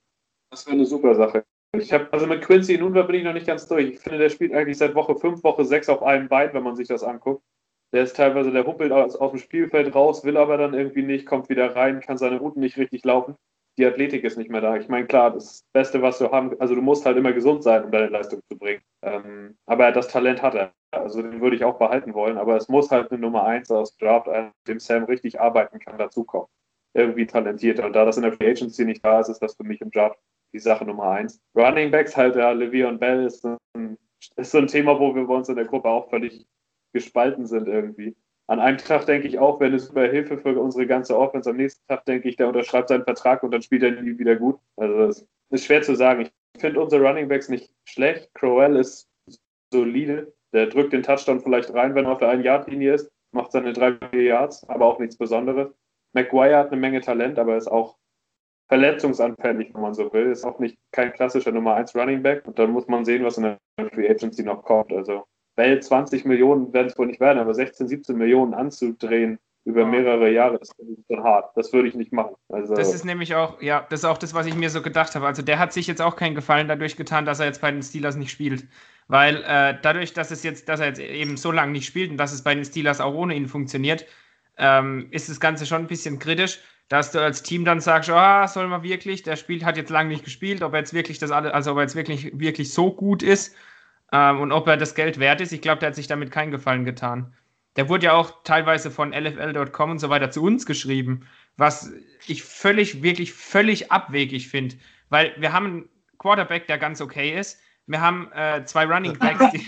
Das wäre eine super Sache. Ich habe also mit Quincy Nunva bin ich noch nicht ganz durch. Ich finde, der spielt eigentlich seit Woche fünf, Woche sechs auf einem Bein, wenn man sich das anguckt. Der ist teilweise, der humpelt aus, aus dem Spielfeld raus, will aber dann irgendwie nicht, kommt wieder rein, kann seine Routen nicht richtig laufen. Die Athletik ist nicht mehr da. Ich meine, klar, das Beste, was du haben, also du musst halt immer gesund sein, um deine Leistung zu bringen. Ähm, aber das Talent hat er. Also den würde ich auch behalten wollen. Aber es muss halt eine Nummer eins aus Draft, mit dem Sam richtig arbeiten kann, dazukommen. Irgendwie talentierter. Und da das in der Free Agency nicht da ist, ist das für mich im Draft die Sache Nummer eins. Running Backs halt, ja, Le'Veon Bell ist so, ein, ist so ein Thema, wo wir bei uns in der Gruppe auch völlig gespalten sind irgendwie. An einem Tag denke ich auch, wenn es über Hilfe für unsere ganze Offense, am nächsten Tag denke ich, der unterschreibt seinen Vertrag und dann spielt er nie wieder gut. Also es ist schwer zu sagen. Ich finde unsere Running Backs nicht schlecht. Crowell ist solide. Der drückt den Touchdown vielleicht rein, wenn er auf der ein-Yard-Linie ist, macht seine drei, vier Yards, aber auch nichts Besonderes. McGuire hat eine Menge Talent, aber ist auch verletzungsanfällig, wenn man so will. Ist auch nicht kein klassischer Nummer eins Running Back. Und dann muss man sehen, was in der Free Agency noch kommt. Also Bell zwanzig Millionen werden es wohl nicht werden, aber sechzehn, siebzehn Millionen anzudrehen über mehrere Jahre, das ist schon hart. Das würde ich nicht machen. Also das ist nämlich auch, ja, das ist auch das, was ich mir so gedacht habe. Also der hat sich jetzt auch keinen Gefallen dadurch getan, dass er jetzt bei den Steelers nicht spielt. Weil äh, dadurch, dass es jetzt, dass er jetzt eben so lange nicht spielt und dass es bei den Steelers auch ohne ihn funktioniert, ähm, ist das Ganze schon ein bisschen kritisch, dass du als Team dann sagst, ah, oh, soll man wirklich, der spielt, hat jetzt lange nicht gespielt, ob er jetzt wirklich das alle, also ob er jetzt wirklich, wirklich so gut ist. Und ob er das Geld wert ist, ich glaube, der hat sich damit keinen Gefallen getan. Der wurde ja auch teilweise von L F L Punkt com und so weiter zu uns geschrieben, was ich völlig, wirklich völlig abwegig finde. Weil wir haben einen Quarterback, der ganz okay ist. Wir haben äh, zwei Running Backs, die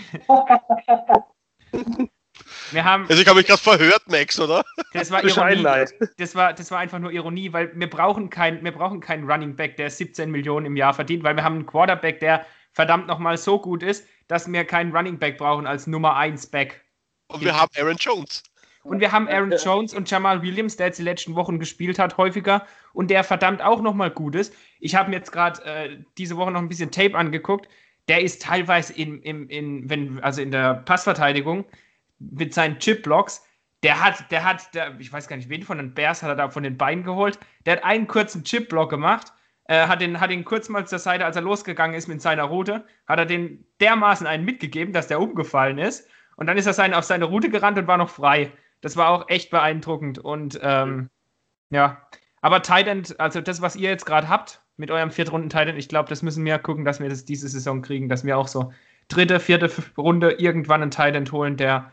wir haben, also ich habe mich gerade verhört, Max, oder? Das war Ironie. Das war, das war einfach nur Ironie, weil wir brauchen, kein, wir brauchen keinen Running Back, der siebzehn Millionen im Jahr verdient, weil wir haben einen Quarterback, der verdammt nochmal so gut ist, dass wir keinen Running Back brauchen als Nummer eins Back. Und wir haben Aaron Jones. Und wir haben Aaron Jones und Jamal Williams, der jetzt die letzten Wochen gespielt hat, häufiger und der verdammt auch nochmal gut ist. Ich habe mir jetzt gerade äh, diese Woche noch ein bisschen Tape angeguckt. Der ist teilweise in, in, in, wenn, also in der Passverteidigung mit seinen Chip-Blocks, der hat, der hat, der, ich weiß gar nicht, wen von den Bears hat er da von den Beinen geholt, der hat einen kurzen Chip-Block gemacht, äh, hat, den, hat den kurz mal zur Seite, als er losgegangen ist mit seiner Route, hat er den dermaßen einen mitgegeben, dass der umgefallen ist und dann ist er sein, auf seine Route gerannt und war noch frei. Das war auch echt beeindruckend und ähm, ja, aber Tight End, also das, was ihr jetzt gerade habt mit eurem Viertrunden-Tight End, ich glaube, das müssen wir gucken, dass wir das diese Saison kriegen, dass wir auch so dritte, vierte Runde irgendwann einen Tight End holen, der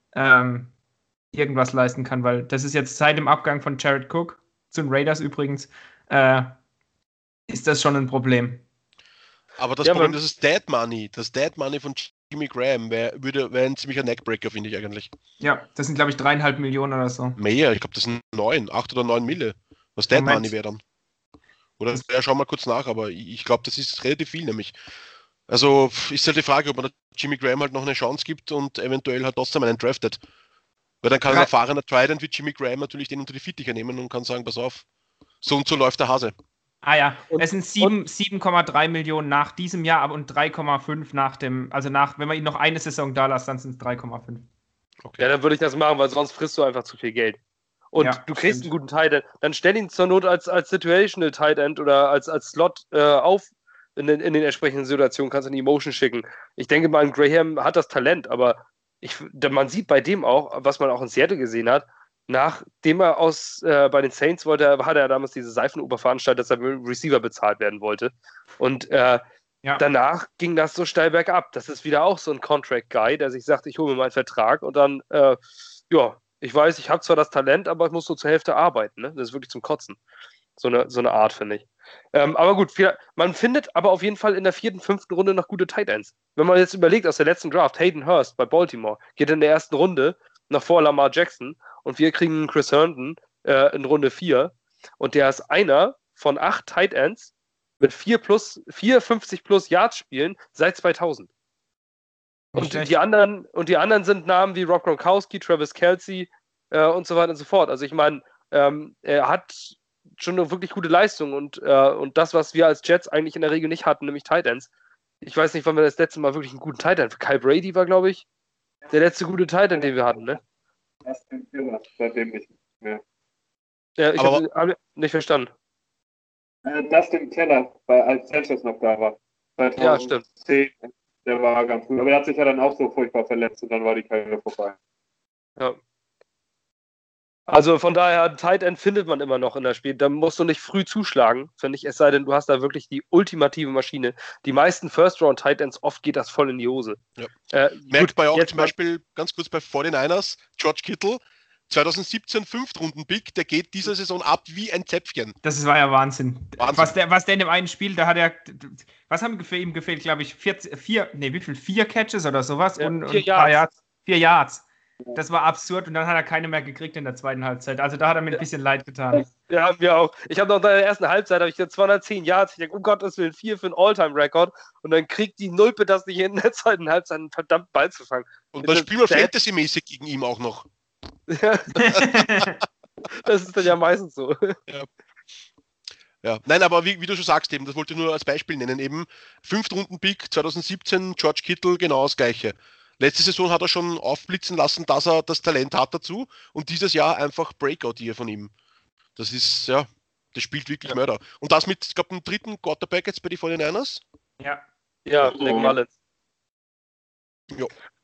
ähm, irgendwas leisten kann, weil das ist jetzt seit dem Abgang von Jared Cook, zu den Raiders übrigens, äh, ist das schon ein Problem. Aber das ja, Problem, das ist Dead Money. Das Dead Money von Jimmy Graham wäre wär ein ziemlicher Neckbreaker, finde ich eigentlich. Ja, das sind, glaube ich, dreieinhalb Millionen oder so. Mehr, ich glaube, das sind neun, acht oder neun Mille. Was Dead Moment. Money wäre dann. Oder ja, schau mal kurz nach, aber ich glaube, das ist relativ viel, nämlich. Also ist halt die Frage, ob man Jimmy Graham halt noch eine Chance gibt und eventuell halt trotzdem einen draftet. Weil dann kann ein erfahrener Tight End wie Jimmy Graham natürlich den unter die Fittiche nehmen und kann sagen, pass auf, so und so läuft der Hase. Ah ja, und, es sind sieben Komma drei Millionen nach diesem Jahr und drei Komma fünf nach dem, also nach, wenn man ihn noch eine Saison da lässt, dann sind es drei Komma fünf. Okay. Ja, dann würde ich das machen, weil sonst frisst du einfach zu viel Geld. Und ja, du kriegst stimmt. einen guten Tight End, dann stell ihn zur Not als, als Situational Tight End oder als, als Slot äh, auf in den, in den entsprechenden Situationen, kannst du in die Motion schicken. Ich denke mal, Graham hat das Talent, aber ich, man sieht bei dem auch, was man auch in Seattle gesehen hat, nachdem er aus äh, bei den Saints wollte, hat er damals diese Seifenoper veranstaltet, dass er mit Receiver bezahlt werden wollte. Und äh, ja. danach ging das so steil bergab. Das ist wieder auch so ein Contract-Guy, der sich sagt, ich hole mir meinen Vertrag und dann, äh, ja, ich weiß, ich habe zwar das Talent, aber ich muss so zur Hälfte arbeiten. Ne? Das ist wirklich zum Kotzen. So eine, so eine Art, finde ich. Ähm, aber gut, man findet aber auf jeden Fall in der vierten, fünften Runde noch gute Tight Ends. Wenn man jetzt überlegt, aus der letzten Draft, Hayden Hurst bei Baltimore geht in der ersten Runde noch vor Lamar Jackson und wir kriegen Chris Herndon äh, in Runde vier und der ist einer von acht Tight Ends mit vier plus, vier fünfzig plus Yards spielen seit zweitausend. Und die, anderen, und die anderen sind Namen wie Rob Gronkowski, Travis Kelce äh, und so weiter und so fort. Also ich meine, ähm, er hat schon eine wirklich gute Leistung und, äh, und das, was wir als Jets eigentlich in der Regel nicht hatten, nämlich Tight Ends. Ich weiß nicht, wann wir das letzte Mal wirklich einen guten Tight End. Kyle Brady war, glaube ich, der letzte gute Tight End, den wir hatten, ne? Das stimmt, seitdem nicht mehr. Ja, ich habe hab nicht verstanden. Äh, Dustin Keller, weil, als Sanchez noch da war. zweitausendzehn, ja, stimmt. Der war ganz gut. Aber er hat sich ja dann auch so furchtbar verletzt und dann war die Karriere vorbei. Ja. Also von daher, Tight End findet man immer noch in der Spiel. Da musst du nicht früh zuschlagen, finde ich. Es sei denn, du hast da wirklich die ultimative Maschine. Die meisten First-Round-Tight Ends, oft geht das voll in die Hose. Ja. Äh, Merkt bei auch zum Beispiel, ganz kurz bei forty-niners, George Kittle, zwanzig siebzehn Fünftrunden-Pick, der geht dieser Saison ab wie ein Zäpfchen. Das war ja Wahnsinn. Wahnsinn. Was, der, was der in dem einen Spiel, da hat er, was haben für ihm gefehlt, glaube ich, vier, vier, nee, wie viel? Vier Catches oder sowas? Ja, und, vier und Yards. Yards. Vier Yards. Das war absurd und dann hat er keine mehr gekriegt in der zweiten Halbzeit. Also da hat er mir ein bisschen leid getan. Ja, haben wir auch. Ich habe noch in der ersten Halbzeit habe ich jetzt zweihundertzehn Yards. Ich denke, um Gottes Willen, vier für einen All-Time-Rekord. Und dann kriegt die Nulpe das nicht hin, in der zweiten Halbzeit einen verdammten Ball zu fangen. Und dann spielen wir Fantasy-mäßig gegen ihn auch noch. Ja. Das ist dann ja meistens so. Ja. Ja. Nein, aber wie, wie du schon sagst, eben, das wollte ich nur als Beispiel nennen, eben Fünftrunden-Pick zwanzig siebzehn, George Kittle, genau das Gleiche. Letzte Saison hat er schon aufblitzen lassen, dass er das Talent hat dazu und dieses Jahr einfach Breakout hier von ihm. Das ist, ja, das spielt wirklich ja. Mörder. Und das mit, ich glaube, dem dritten Quarterback jetzt bei den forty-niners? Ja. Ja, Nick Mullins. Ja.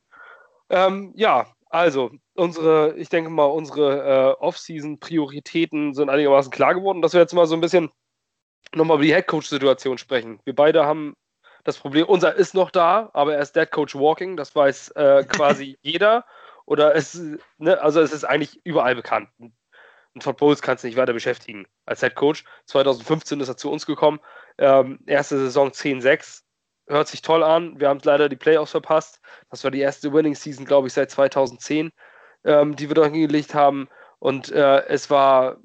Ähm, ja, also, unsere, ich denke mal, unsere äh, Off-Season-Prioritäten sind einigermaßen klar geworden, dass wir jetzt mal so ein bisschen nochmal über die Headcoach-Situation sprechen. Wir beide haben das Problem, unser ist noch da, aber er ist Dead Coach Walking, das weiß äh, quasi jeder. Oder es, ne, also es ist eigentlich überall bekannt. Und Todd Bowles kann es nicht weiter beschäftigen als Head Coach. zwanzig fünfzehn ist er zu uns gekommen. Ähm, erste Saison zehn sechs. Hört sich toll an. Wir haben leider die Playoffs verpasst. Das war die erste Winning Season, glaube ich, seit zweitausendzehn, ähm, die wir dort hingelegt haben. Und äh, es war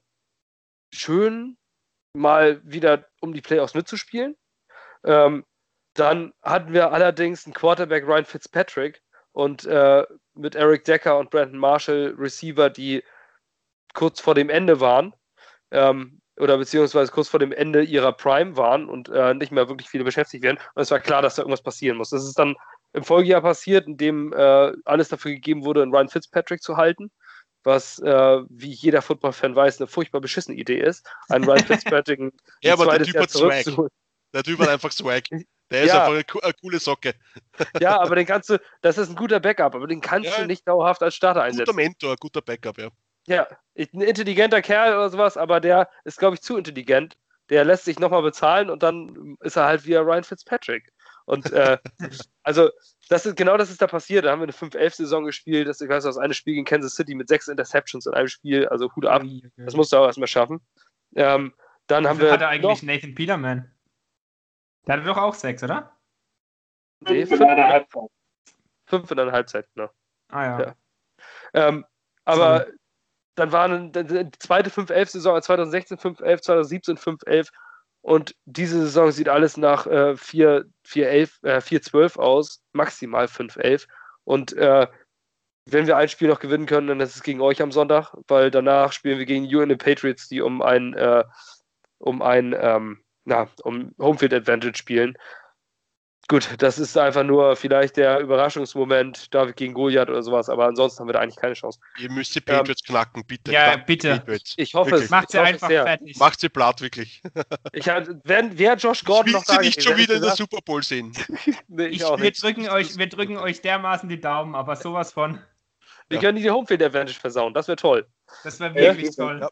schön, mal wieder um die Playoffs mitzuspielen. Ähm, Dann hatten wir allerdings einen Quarterback, Ryan Fitzpatrick, und äh, mit Eric Decker und Brandon Marshall Receiver, die kurz vor dem Ende waren, ähm, oder beziehungsweise kurz vor dem Ende ihrer Prime waren und äh, nicht mehr wirklich viele beschäftigt werden. Und es war klar, dass da irgendwas passieren muss. Das ist dann im Folgejahr passiert, in dem äh, alles dafür gegeben wurde, einen Ryan Fitzpatrick zu halten, was, äh, wie jeder Football-Fan weiß, eine furchtbar beschissene Idee ist, einen Ryan Fitzpatrick ein ja, aber zweites der Typ Jahr hat Swag. zurückzuholen. Der Typ hat einfach Swag. Der ist Ja. einfach eine, eine coole Socke. Ja, aber den kannst du, das ist ein guter Backup, aber den kannst Ja. du nicht dauerhaft als Starter Guter einsetzen. Mentor, guter Backup, ja. Ja, ein intelligenter Kerl oder sowas, aber der ist, glaube ich, zu intelligent. Der lässt sich nochmal bezahlen und dann ist er halt wieder Ryan Fitzpatrick. Und äh, also, das ist, genau das ist da passiert. Da haben wir eine fünf elf Saison gespielt. Das, ich weiß, das eine Spiel gegen Kansas City mit sechs Interceptions in einem Spiel. Also Hut ab. Das musst du auch erstmal schaffen. Ähm, dann haben wir. Hat er eigentlich noch Nathan Peterman? Der hatte doch auch sechs, oder? Nee, fünf in einer Halbzeit. Fünf in einer Halbzeit, ne? Ah ja. Ja. Ähm, aber Sorry. Dann war eine, die zweite fünf elf Saison, zwanzig sechzehn fünf elf, zwanzig siebzehn fünf elf und diese Saison sieht alles nach äh, vier zwölf aus, maximal fünf elf und äh, wenn wir ein Spiel noch gewinnen können, dann ist es gegen euch am Sonntag, weil danach spielen wir gegen New England Patriots, die um ein äh, um ein ähm, na, um Homefield Advantage spielen. Gut, das ist einfach nur vielleicht der Überraschungsmoment, David gegen Goliath oder sowas, aber ansonsten haben wir da eigentlich keine Chance. Ihr müsst die Patriots ähm, knacken, bitte. Ja, knacken bitte. Patriots. Ich hoffe wirklich. es. Macht sie einfach fertig. Macht sie platt, wirklich. Ich wäre wär Josh Gordon noch da. Ich will sie nicht gewesen, schon wieder in der gesagt. Super Bowl sehen. Nee, ich ich, auch wir, nicht. drücken euch, wir drücken euch dermaßen die Daumen, aber sowas von. Wir Ja. können die Homefield Advantage versauen, das wäre toll. Das wäre wirklich Ja. toll. Ja.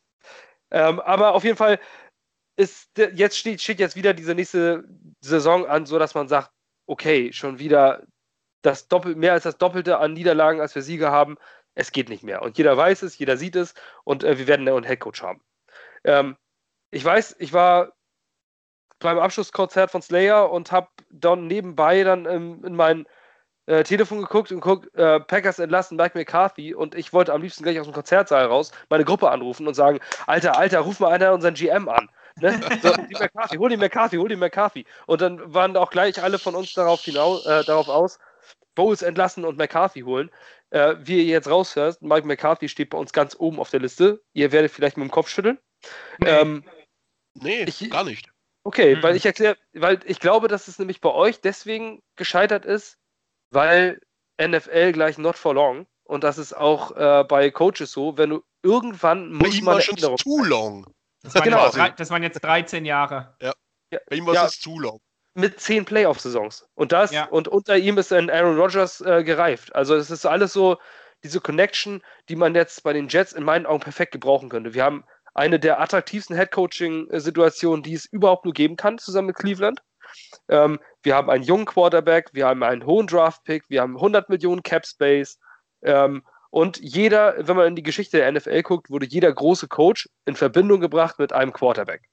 Ähm, aber auf jeden Fall ist jetzt steht, steht jetzt wieder diese nächste Saison an, so dass man sagt, okay, schon wieder das Doppel, mehr als das Doppelte an Niederlagen, als wir Siege haben. Es geht nicht mehr. Und jeder weiß es, jeder sieht es und äh, wir werden einen Headcoach haben. Ähm, ich weiß, ich war beim Abschlusskonzert von Slayer und habe dann nebenbei dann ähm, in mein äh, Telefon geguckt und guckt, äh, Packers entlassen Mike McCarthy und ich wollte am liebsten gleich aus dem Konzertsaal raus meine Gruppe anrufen und sagen, Alter, Alter, ruf mal einer unseren G M an. Ne? So, die McCarthy, hol die McCarthy, hol die McCarthy. Und dann waren auch gleich alle von uns darauf, hinaus, äh, darauf aus, Bowles entlassen und McCarthy holen. Äh, wie ihr jetzt raushört, Mike McCarthy steht bei uns ganz oben auf der Liste. Ihr werdet vielleicht mit dem Kopf schütteln. Nee, Ähm, Nee, Ich- gar nicht. okay, Mhm. weil ich erkläre, weil ich glaube, dass es nämlich bei euch deswegen gescheitert ist, weil N F L gleich not for long. Und das ist auch äh, bei Coaches so, wenn du irgendwann Bei muss ihm man war eine schon Änderung zu long. das, waren genau. jetzt drei, das waren jetzt dreizehn Jahre. Bei ihm war Ja. es zu long. mit zehn Playoff-Saisons. Und das, Ja. und unter ihm ist ein Aaron Rodgers äh, gereift. Also es ist alles so, diese Connection, die man jetzt bei den Jets in meinen Augen perfekt gebrauchen könnte. Wir haben eine der attraktivsten Head-Coaching-Situationen, die es überhaupt nur geben kann, zusammen mit Cleveland. Ähm, wir haben einen jungen Quarterback, wir haben einen hohen Draft-Pick, wir haben hundert Millionen Cap-Space ähm, Und jeder, wenn man in die Geschichte der N F L guckt, wurde jeder große Coach in Verbindung gebracht mit einem Quarterback.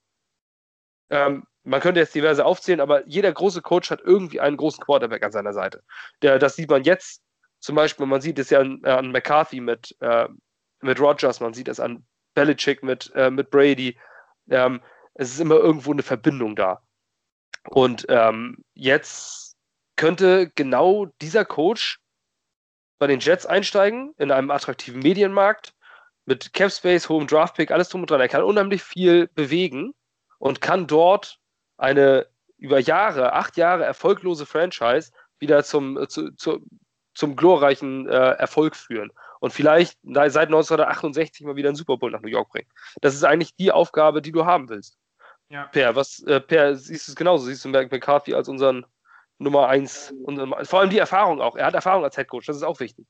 Ähm, man könnte jetzt diverse aufzählen, aber jeder große Coach hat irgendwie einen großen Quarterback an seiner Seite. Der, das sieht man jetzt zum Beispiel, man sieht es ja an, an McCarthy mit, äh, mit Rodgers, man sieht es an Belichick mit, äh, mit Brady. Ähm, es ist immer irgendwo eine Verbindung da. Und ähm, jetzt könnte genau dieser Coach bei den Jets einsteigen, in einem attraktiven Medienmarkt, mit Capspace, hohem Draftpick, alles drum und dran. Er kann unheimlich viel bewegen und kann dort eine über Jahre, acht Jahre erfolglose Franchise wieder zum, zu, zu, zum glorreichen äh, Erfolg führen und vielleicht seit neunzehnhundertachtundsechzig mal wieder einen Super Bowl nach New York bringen. Das ist eigentlich die Aufgabe, die du haben willst. Ja. Per, was, äh, Per, siehst du es genauso? Siehst du McCarthy als unseren Nummer eins? Unseren, vor allem die Erfahrung auch. Er hat Erfahrung als Headcoach, das ist auch wichtig.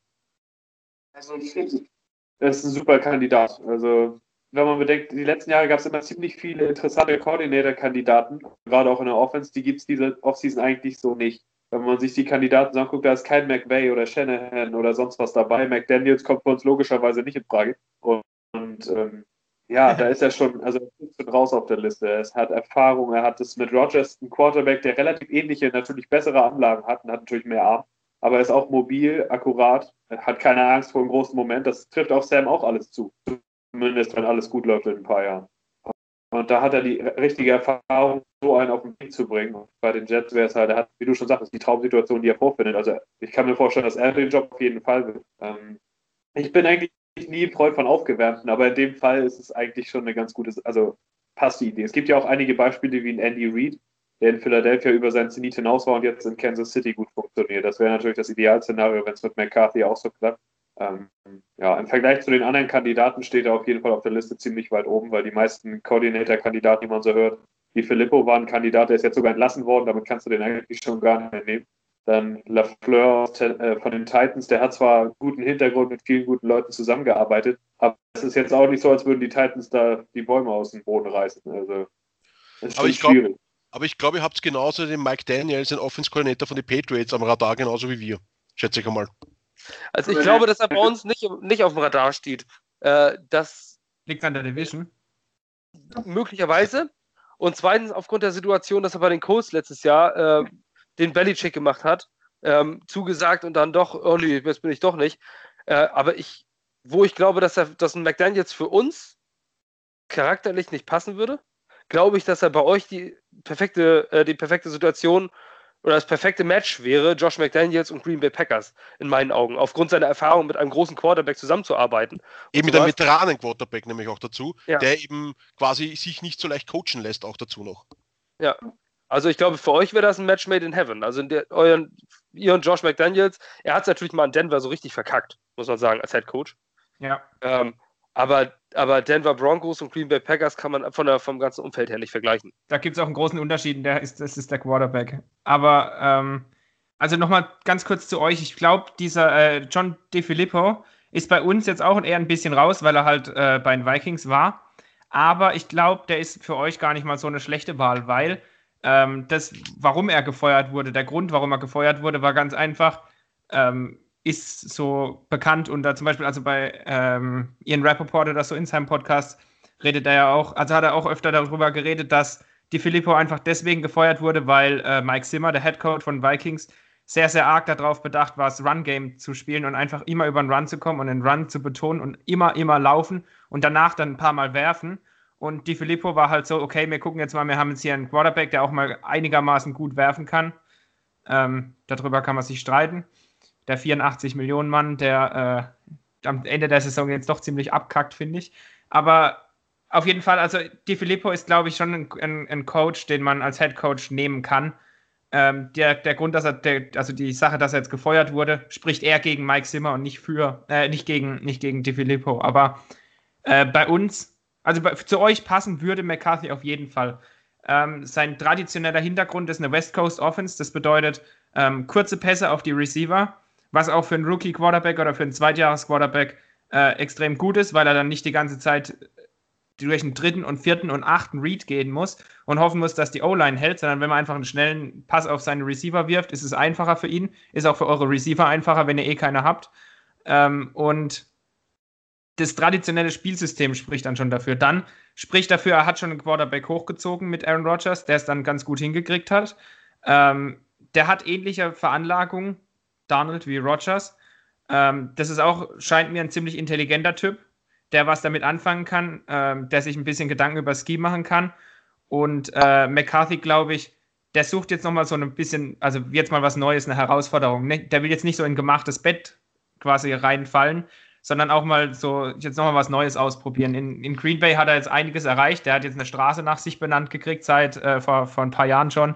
Also, er ist ein super Kandidat. Also, wenn man bedenkt, die letzten Jahre gab es immer ziemlich viele interessante Coordinator-Kandidaten, gerade auch in der Offense, die gibt es diese Offseason eigentlich so nicht. Wenn man sich die Kandidaten anguckt, da ist kein McVay oder Shanahan oder sonst was dabei. McDaniels kommt für uns logischerweise nicht in Frage. Und, und ähm, ja, da ist er schon, also er ist schon raus auf der Liste. Er hat Erfahrung, er hat es mit Rodgers, ein Quarterback, der relativ ähnliche, natürlich bessere Anlagen hat und hat natürlich mehr Arm, aber er ist auch mobil, akkurat, hat keine Angst vor einem großen Moment. Das trifft auf Sam auch alles zu. Zumindest, wenn alles gut läuft in ein paar Jahren. Und da hat er die richtige Erfahrung, so einen auf den Weg zu bringen. Und bei den Jets wäre es halt, er hat, wie du schon sagst, die Traumsituation, die er vorfindet. Also ich kann mir vorstellen, dass er den Job auf jeden Fall will. Ähm, ich bin eigentlich nie ein Freund von Aufgewärmten, aber in dem Fall ist es eigentlich schon eine ganz gute, also passt die Idee. Es gibt ja auch einige Beispiele wie ein Andy Reid, der in Philadelphia über seinen Zenit hinaus war und jetzt in Kansas City gut funktioniert. Das wäre natürlich das Idealszenario, wenn es mit McCarthy auch so klappt. Ähm, ja, im Vergleich zu den anderen Kandidaten steht er auf jeden Fall auf der Liste ziemlich weit oben, weil die meisten Coordinator-Kandidaten, die man so hört, wie Filippo war ein Kandidat, der ist jetzt sogar entlassen worden, damit kannst du den eigentlich schon gar nicht mehr nehmen. Dann LaFleur äh, von den Titans, der hat zwar einen guten Hintergrund mit vielen guten Leuten zusammengearbeitet, aber es ist jetzt auch nicht so, als würden die Titans da die Bäume aus dem Boden reißen. Also, das ist aber schon ich glaub, schwierig. Aber ich glaube, ihr habt genauso den Mike Daniels, den Offense-Coordinator von den Patriots, am Radar, genauso wie wir. Schätze ich einmal. Also ich glaube, dass er bei uns nicht, nicht auf dem Radar steht. Äh, das liegt an der Division. Möglicherweise. Und zweitens aufgrund der Situation, dass er bei den Colts letztes Jahr äh, den Belichick gemacht hat, ähm, zugesagt und dann doch, oh nee, jetzt bin ich doch nicht. Äh, aber ich, wo ich glaube, dass, er, dass ein McDaniels für uns charakterlich nicht passen würde, glaube ich, dass er bei euch die perfekte, äh, die perfekte Situation oder das perfekte Match wäre, Josh McDaniels und Green Bay Packers, in meinen Augen, aufgrund seiner Erfahrung mit einem großen Quarterback zusammenzuarbeiten. Eben mit einem Veteranen-Quarterback nämlich auch dazu, ja. der eben quasi sich nicht so leicht coachen lässt, auch dazu noch. Ja, also ich glaube, für euch wäre das ein Match made in heaven. Also in der, euren, ihr und Josh McDaniels, er hat es natürlich mal in Denver so richtig verkackt, muss man sagen, als Head Coach. Ja. Ähm, aber, aber Denver Broncos und Green Bay Packers kann man von der, vom ganzen Umfeld her nicht vergleichen. Da gibt es auch einen großen Unterschied, der ist, das ist der Quarterback. Aber, ähm, also nochmal ganz kurz zu euch. Ich glaube, dieser äh, John DeFilippo ist bei uns jetzt auch eher ein bisschen raus, weil er halt äh, bei den Vikings war. Aber ich glaube, der ist für euch gar nicht mal so eine schlechte Wahl, weil ähm, das, warum er gefeuert wurde, der Grund, warum er gefeuert wurde, war ganz einfach, ähm, ist so bekannt und da zum Beispiel, also bei ähm, Ian Rappaport oder so in seinem Podcast redet er ja auch, also hat er auch öfter darüber geredet, dass DeFilippo einfach deswegen gefeuert wurde, weil äh, Mike Zimmer, der Headcoach von Vikings, sehr, sehr arg darauf bedacht war, das Run-Game zu spielen und einfach immer über den Run zu kommen und den Run zu betonen und immer, immer laufen und danach dann ein paar Mal werfen. Und DeFilippo war halt so, okay, wir gucken jetzt mal, wir haben jetzt hier einen Quarterback, der auch mal einigermaßen gut werfen kann. Ähm, darüber kann man sich streiten. Der vierundachtzig Millionen Mann, der äh, am Ende der Saison jetzt doch ziemlich abkackt, finde ich. Aber auf jeden Fall, also DeFilippo ist, glaube ich, schon ein, ein, ein Coach, den man als Head Coach nehmen kann. Ähm, der, der Grund, dass er, der, also die Sache, dass er jetzt gefeuert wurde, spricht eher gegen Mike Zimmer und nicht für, äh, nicht gegen, nicht gegen DeFilippo. Aber äh, bei uns, also bei, zu euch passen würde McCarthy auf jeden Fall. Ähm, sein traditioneller Hintergrund ist eine West Coast Offense. Das bedeutet ähm, kurze Pässe auf die Receiver, was auch für einen Rookie-Quarterback oder für einen Zweitjahres-Quarterback äh, extrem gut ist, weil er dann nicht die ganze Zeit durch den dritten und vierten und achten Read gehen muss und hoffen muss, dass die O-Line hält, sondern wenn man einfach einen schnellen Pass auf seine Receiver wirft, ist es einfacher für ihn, ist auch für eure Receiver einfacher, wenn ihr eh keine habt. Ähm, und das traditionelle Spielsystem spricht dann schon dafür. Dann spricht dafür, er hat schon einen Quarterback hochgezogen mit Aaron Rodgers, der es dann ganz gut hingekriegt hat. Ähm, der hat ähnliche Veranlagung, Darnold, wie Rodgers. Ähm, das ist auch, scheint mir ein ziemlich intelligenter Typ, der was damit anfangen kann, ähm, der sich ein bisschen Gedanken über Ski machen kann. Und äh, McCarthy, glaube ich, der sucht jetzt nochmal so ein bisschen, also jetzt mal was Neues, eine Herausforderung. Ne? Der will jetzt nicht so in ein gemachtes Bett quasi reinfallen, sondern auch mal so jetzt nochmal was Neues ausprobieren. In, in Green Bay hat er jetzt einiges erreicht. Der hat jetzt eine Straße nach sich benannt gekriegt, seit äh, vor, vor ein paar Jahren schon.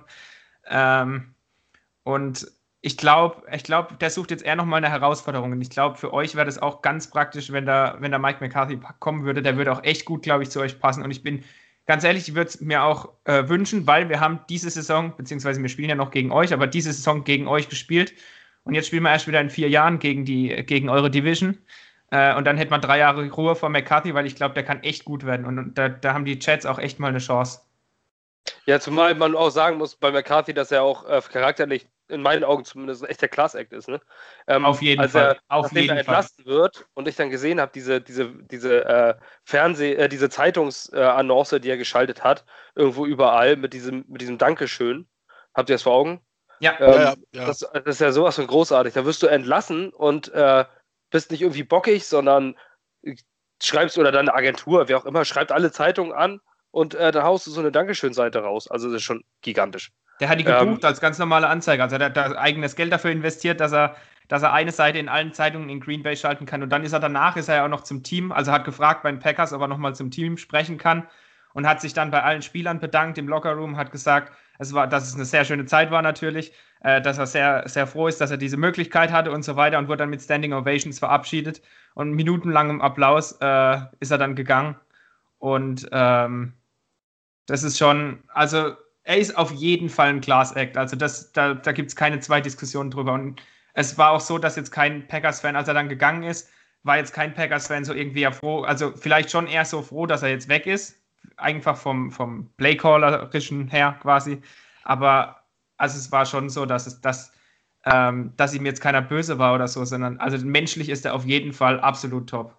Ähm, und ich glaube, ich glaub, der sucht jetzt eher nochmal eine Herausforderung. Und ich glaube, für euch wäre das auch ganz praktisch, wenn da, wenn da Mike McCarthy kommen würde. Der würde auch echt gut, glaube ich, zu euch passen. Und ich bin ganz ehrlich, ich würde es mir auch äh, wünschen, weil wir haben diese Saison, beziehungsweise wir spielen ja noch gegen euch, aber diese Saison gegen euch gespielt. Und jetzt spielen wir erst wieder in vier Jahren gegen, die, gegen eure Division. Äh, und dann hätte man drei Jahre Ruhe vor McCarthy, weil ich glaube, der kann echt gut werden. Und, und da, da haben die Jets auch echt mal eine Chance. Ja, zumal man auch sagen muss bei McCarthy, dass er auch äh, charakterlich, in meinen Augen zumindest, echt der Class-Act ist. Ne? Ähm, Auf jeden als Fall. Er, Auf nachdem jeden er entlassen Fall. wird und ich dann gesehen habe, diese, diese, diese äh, Fernseh-, äh, diese Zeitungsannonce, äh, die er geschaltet hat, irgendwo überall mit diesem, mit diesem Dankeschön. Habt ihr das vor Augen? Ja. Ähm, ja, ja, ja. Das, das ist ja sowas von großartig. Da wirst du entlassen und äh, bist nicht irgendwie bockig, sondern schreibst, oder deine Agentur, wer auch immer, schreibt alle Zeitungen an und äh, da haust du so eine Dankeschön-Seite raus. Also das ist schon gigantisch. Der hat die gebucht ähm, als ganz normale Anzeige. Also er hat da eigenes Geld dafür investiert, dass er, dass er eine Seite in allen Zeitungen in Green Bay schalten kann. Und dann ist er danach, ist er ja auch noch zum Team, also hat gefragt bei den Packers, ob er nochmal zum Team sprechen kann und hat sich dann bei allen Spielern bedankt im Lockerroom, hat gesagt, es war, dass es eine sehr schöne Zeit war natürlich, äh, dass er sehr, sehr froh ist, dass er diese Möglichkeit hatte und so weiter und wurde dann mit Standing Ovations verabschiedet. Und minutenlangem Applaus äh, ist er dann gegangen. Und ähm, das ist schon, also er ist auf jeden Fall ein Class-Act. Also das, da, da gibt es keine zwei Diskussionen drüber. Und es war auch so, dass jetzt kein Packers-Fan, als er dann gegangen ist, war jetzt kein Packers-Fan so irgendwie ja froh, also vielleicht schon eher so froh, dass er jetzt weg ist. Einfach vom, vom Playcallerischen her quasi. Aber also es war schon so, dass es dass, ähm, dass ihm jetzt keiner böse war oder so, sondern also menschlich ist er auf jeden Fall absolut top.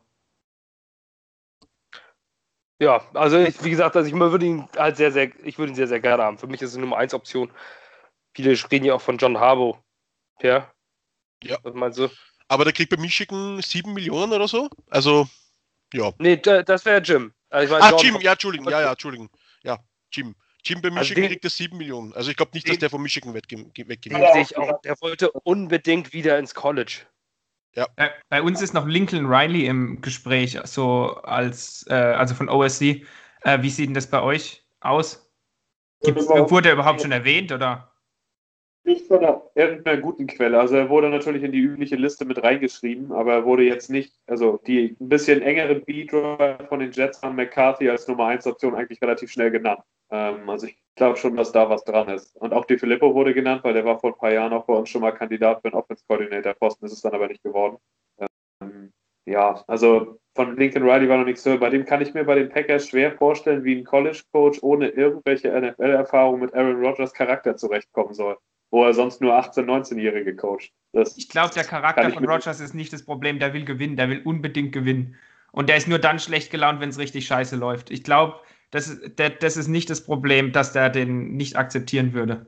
Ja, also ich, wie gesagt, also ich würde ihn halt sehr, sehr, ich würde ihn sehr, sehr gerne haben. Für mich ist es eine Nummer eins Option. Viele reden ja auch von John Harbaugh. Ja. Ja. Was meinst du? Aber der kriegt bei Michigan sieben Millionen oder so? Also, ja. Nee, das wäre Jim. Also ich mein, ah, John Jim, ja, Entschuldigung, ja, ja, Entschuldigung. Ja, Jim. Jim bei Michigan also den, kriegt er sieben Millionen. Also ich glaube nicht, dass der von Michigan weggeht. Auch, der wollte unbedingt wieder ins College. Ja. Bei, bei uns ist noch Lincoln Riley im Gespräch, so als, äh, also von O S C. Äh, wie sieht denn das bei euch aus? Gibt's, wurde er überhaupt schon erwähnt, oder? Nicht von einer, irgendeiner guten Quelle. Also er wurde natürlich in die übliche Liste mit reingeschrieben, aber er wurde jetzt nicht, also die ein bisschen engere Beat-Driver von den Jets haben McCarthy als Nummer eins Option eigentlich relativ schnell genannt. Ähm, also ich glaube schon, dass da was dran ist. Und auch DeFilippo wurde genannt, weil der war vor ein paar Jahren auch bei uns schon mal Kandidat für einen Offense-Coordinator-Posten, ist es dann aber nicht geworden. Ähm, ja, also von Lincoln Riley war noch nichts zu. Bei dem kann ich mir bei den Packers schwer vorstellen, wie ein College-Coach ohne irgendwelche N F L-Erfahrung mit Aaron Rodgers Charakter zurechtkommen soll. Wo er sonst nur achtzehn-, neunzehnjährige coacht. Das ich glaube, der Charakter von Rodgers ist nicht das Problem. Der will gewinnen. Der will unbedingt gewinnen. Und der ist nur dann schlecht gelaunt, wenn es richtig scheiße läuft. Ich glaube, das, das ist nicht das Problem, dass der den nicht akzeptieren würde.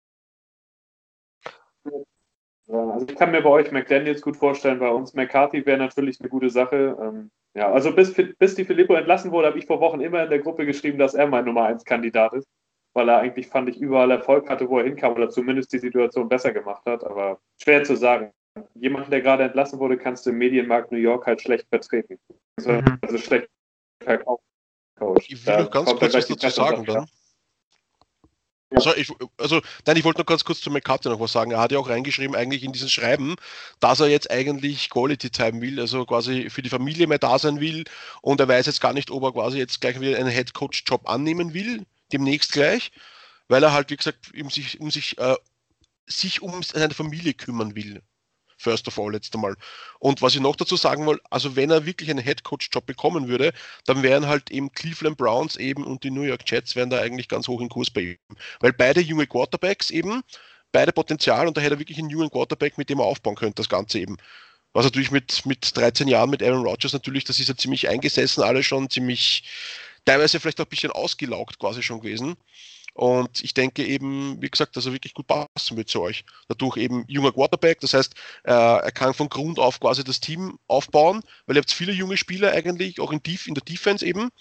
Also ich kann mir bei euch McDaniels gut vorstellen. Bei uns McCarthy wäre natürlich eine gute Sache. Ähm, ja, also bis, bis die Filippo entlassen wurde, habe ich vor Wochen immer in der Gruppe geschrieben, dass er mein Nummer eins Kandidat ist. Weil er eigentlich, fand ich, überall Erfolg hatte, wo er hinkam oder zumindest die Situation besser gemacht hat. Aber schwer zu sagen. Jemand, der gerade entlassen wurde, kannst du im Medienmarkt New York halt schlecht vertreten. Also, mhm. also schlecht verkaufen. Ich will noch ganz kurz was dazu sagen dann. Ja. Also, ich, also, nein, ich wollte noch ganz kurz zu McCarthy noch was sagen. Er hat ja auch reingeschrieben, eigentlich in diesem Schreiben, dass er jetzt eigentlich Quality Time will, also quasi für die Familie mehr da sein will. Und er weiß jetzt gar nicht, ob er quasi jetzt gleich wieder einen Head-Coach-Job annehmen will. Demnächst gleich, weil er halt, wie gesagt, um sich, um sich, äh, sich um seine Familie kümmern will. First of all, jetzt einmal. Und was ich noch dazu sagen will, also wenn er wirklich einen Headcoach-Job bekommen würde, dann wären halt eben Cleveland Browns eben und die New York Jets wären da eigentlich ganz hoch im Kurs bei ihm. Weil beide junge Quarterbacks eben, beide Potenzial und da hätte er wirklich einen jungen Quarterback, mit dem er aufbauen könnte, das Ganze eben. Was natürlich mit, mit dreizehn Jahren mit Aaron Rodgers natürlich, das ist ja ziemlich eingesessen, alle schon ziemlich, teilweise vielleicht auch ein bisschen ausgelaugt quasi schon gewesen. Und ich denke eben, wie gesagt, dass er wirklich gut passen wird zu euch. Dadurch eben junger Quarterback, das heißt, äh, er kann von Grund auf quasi das Team aufbauen, weil ihr habt viele junge Spieler eigentlich, auch in, Tief, in der Defense eben.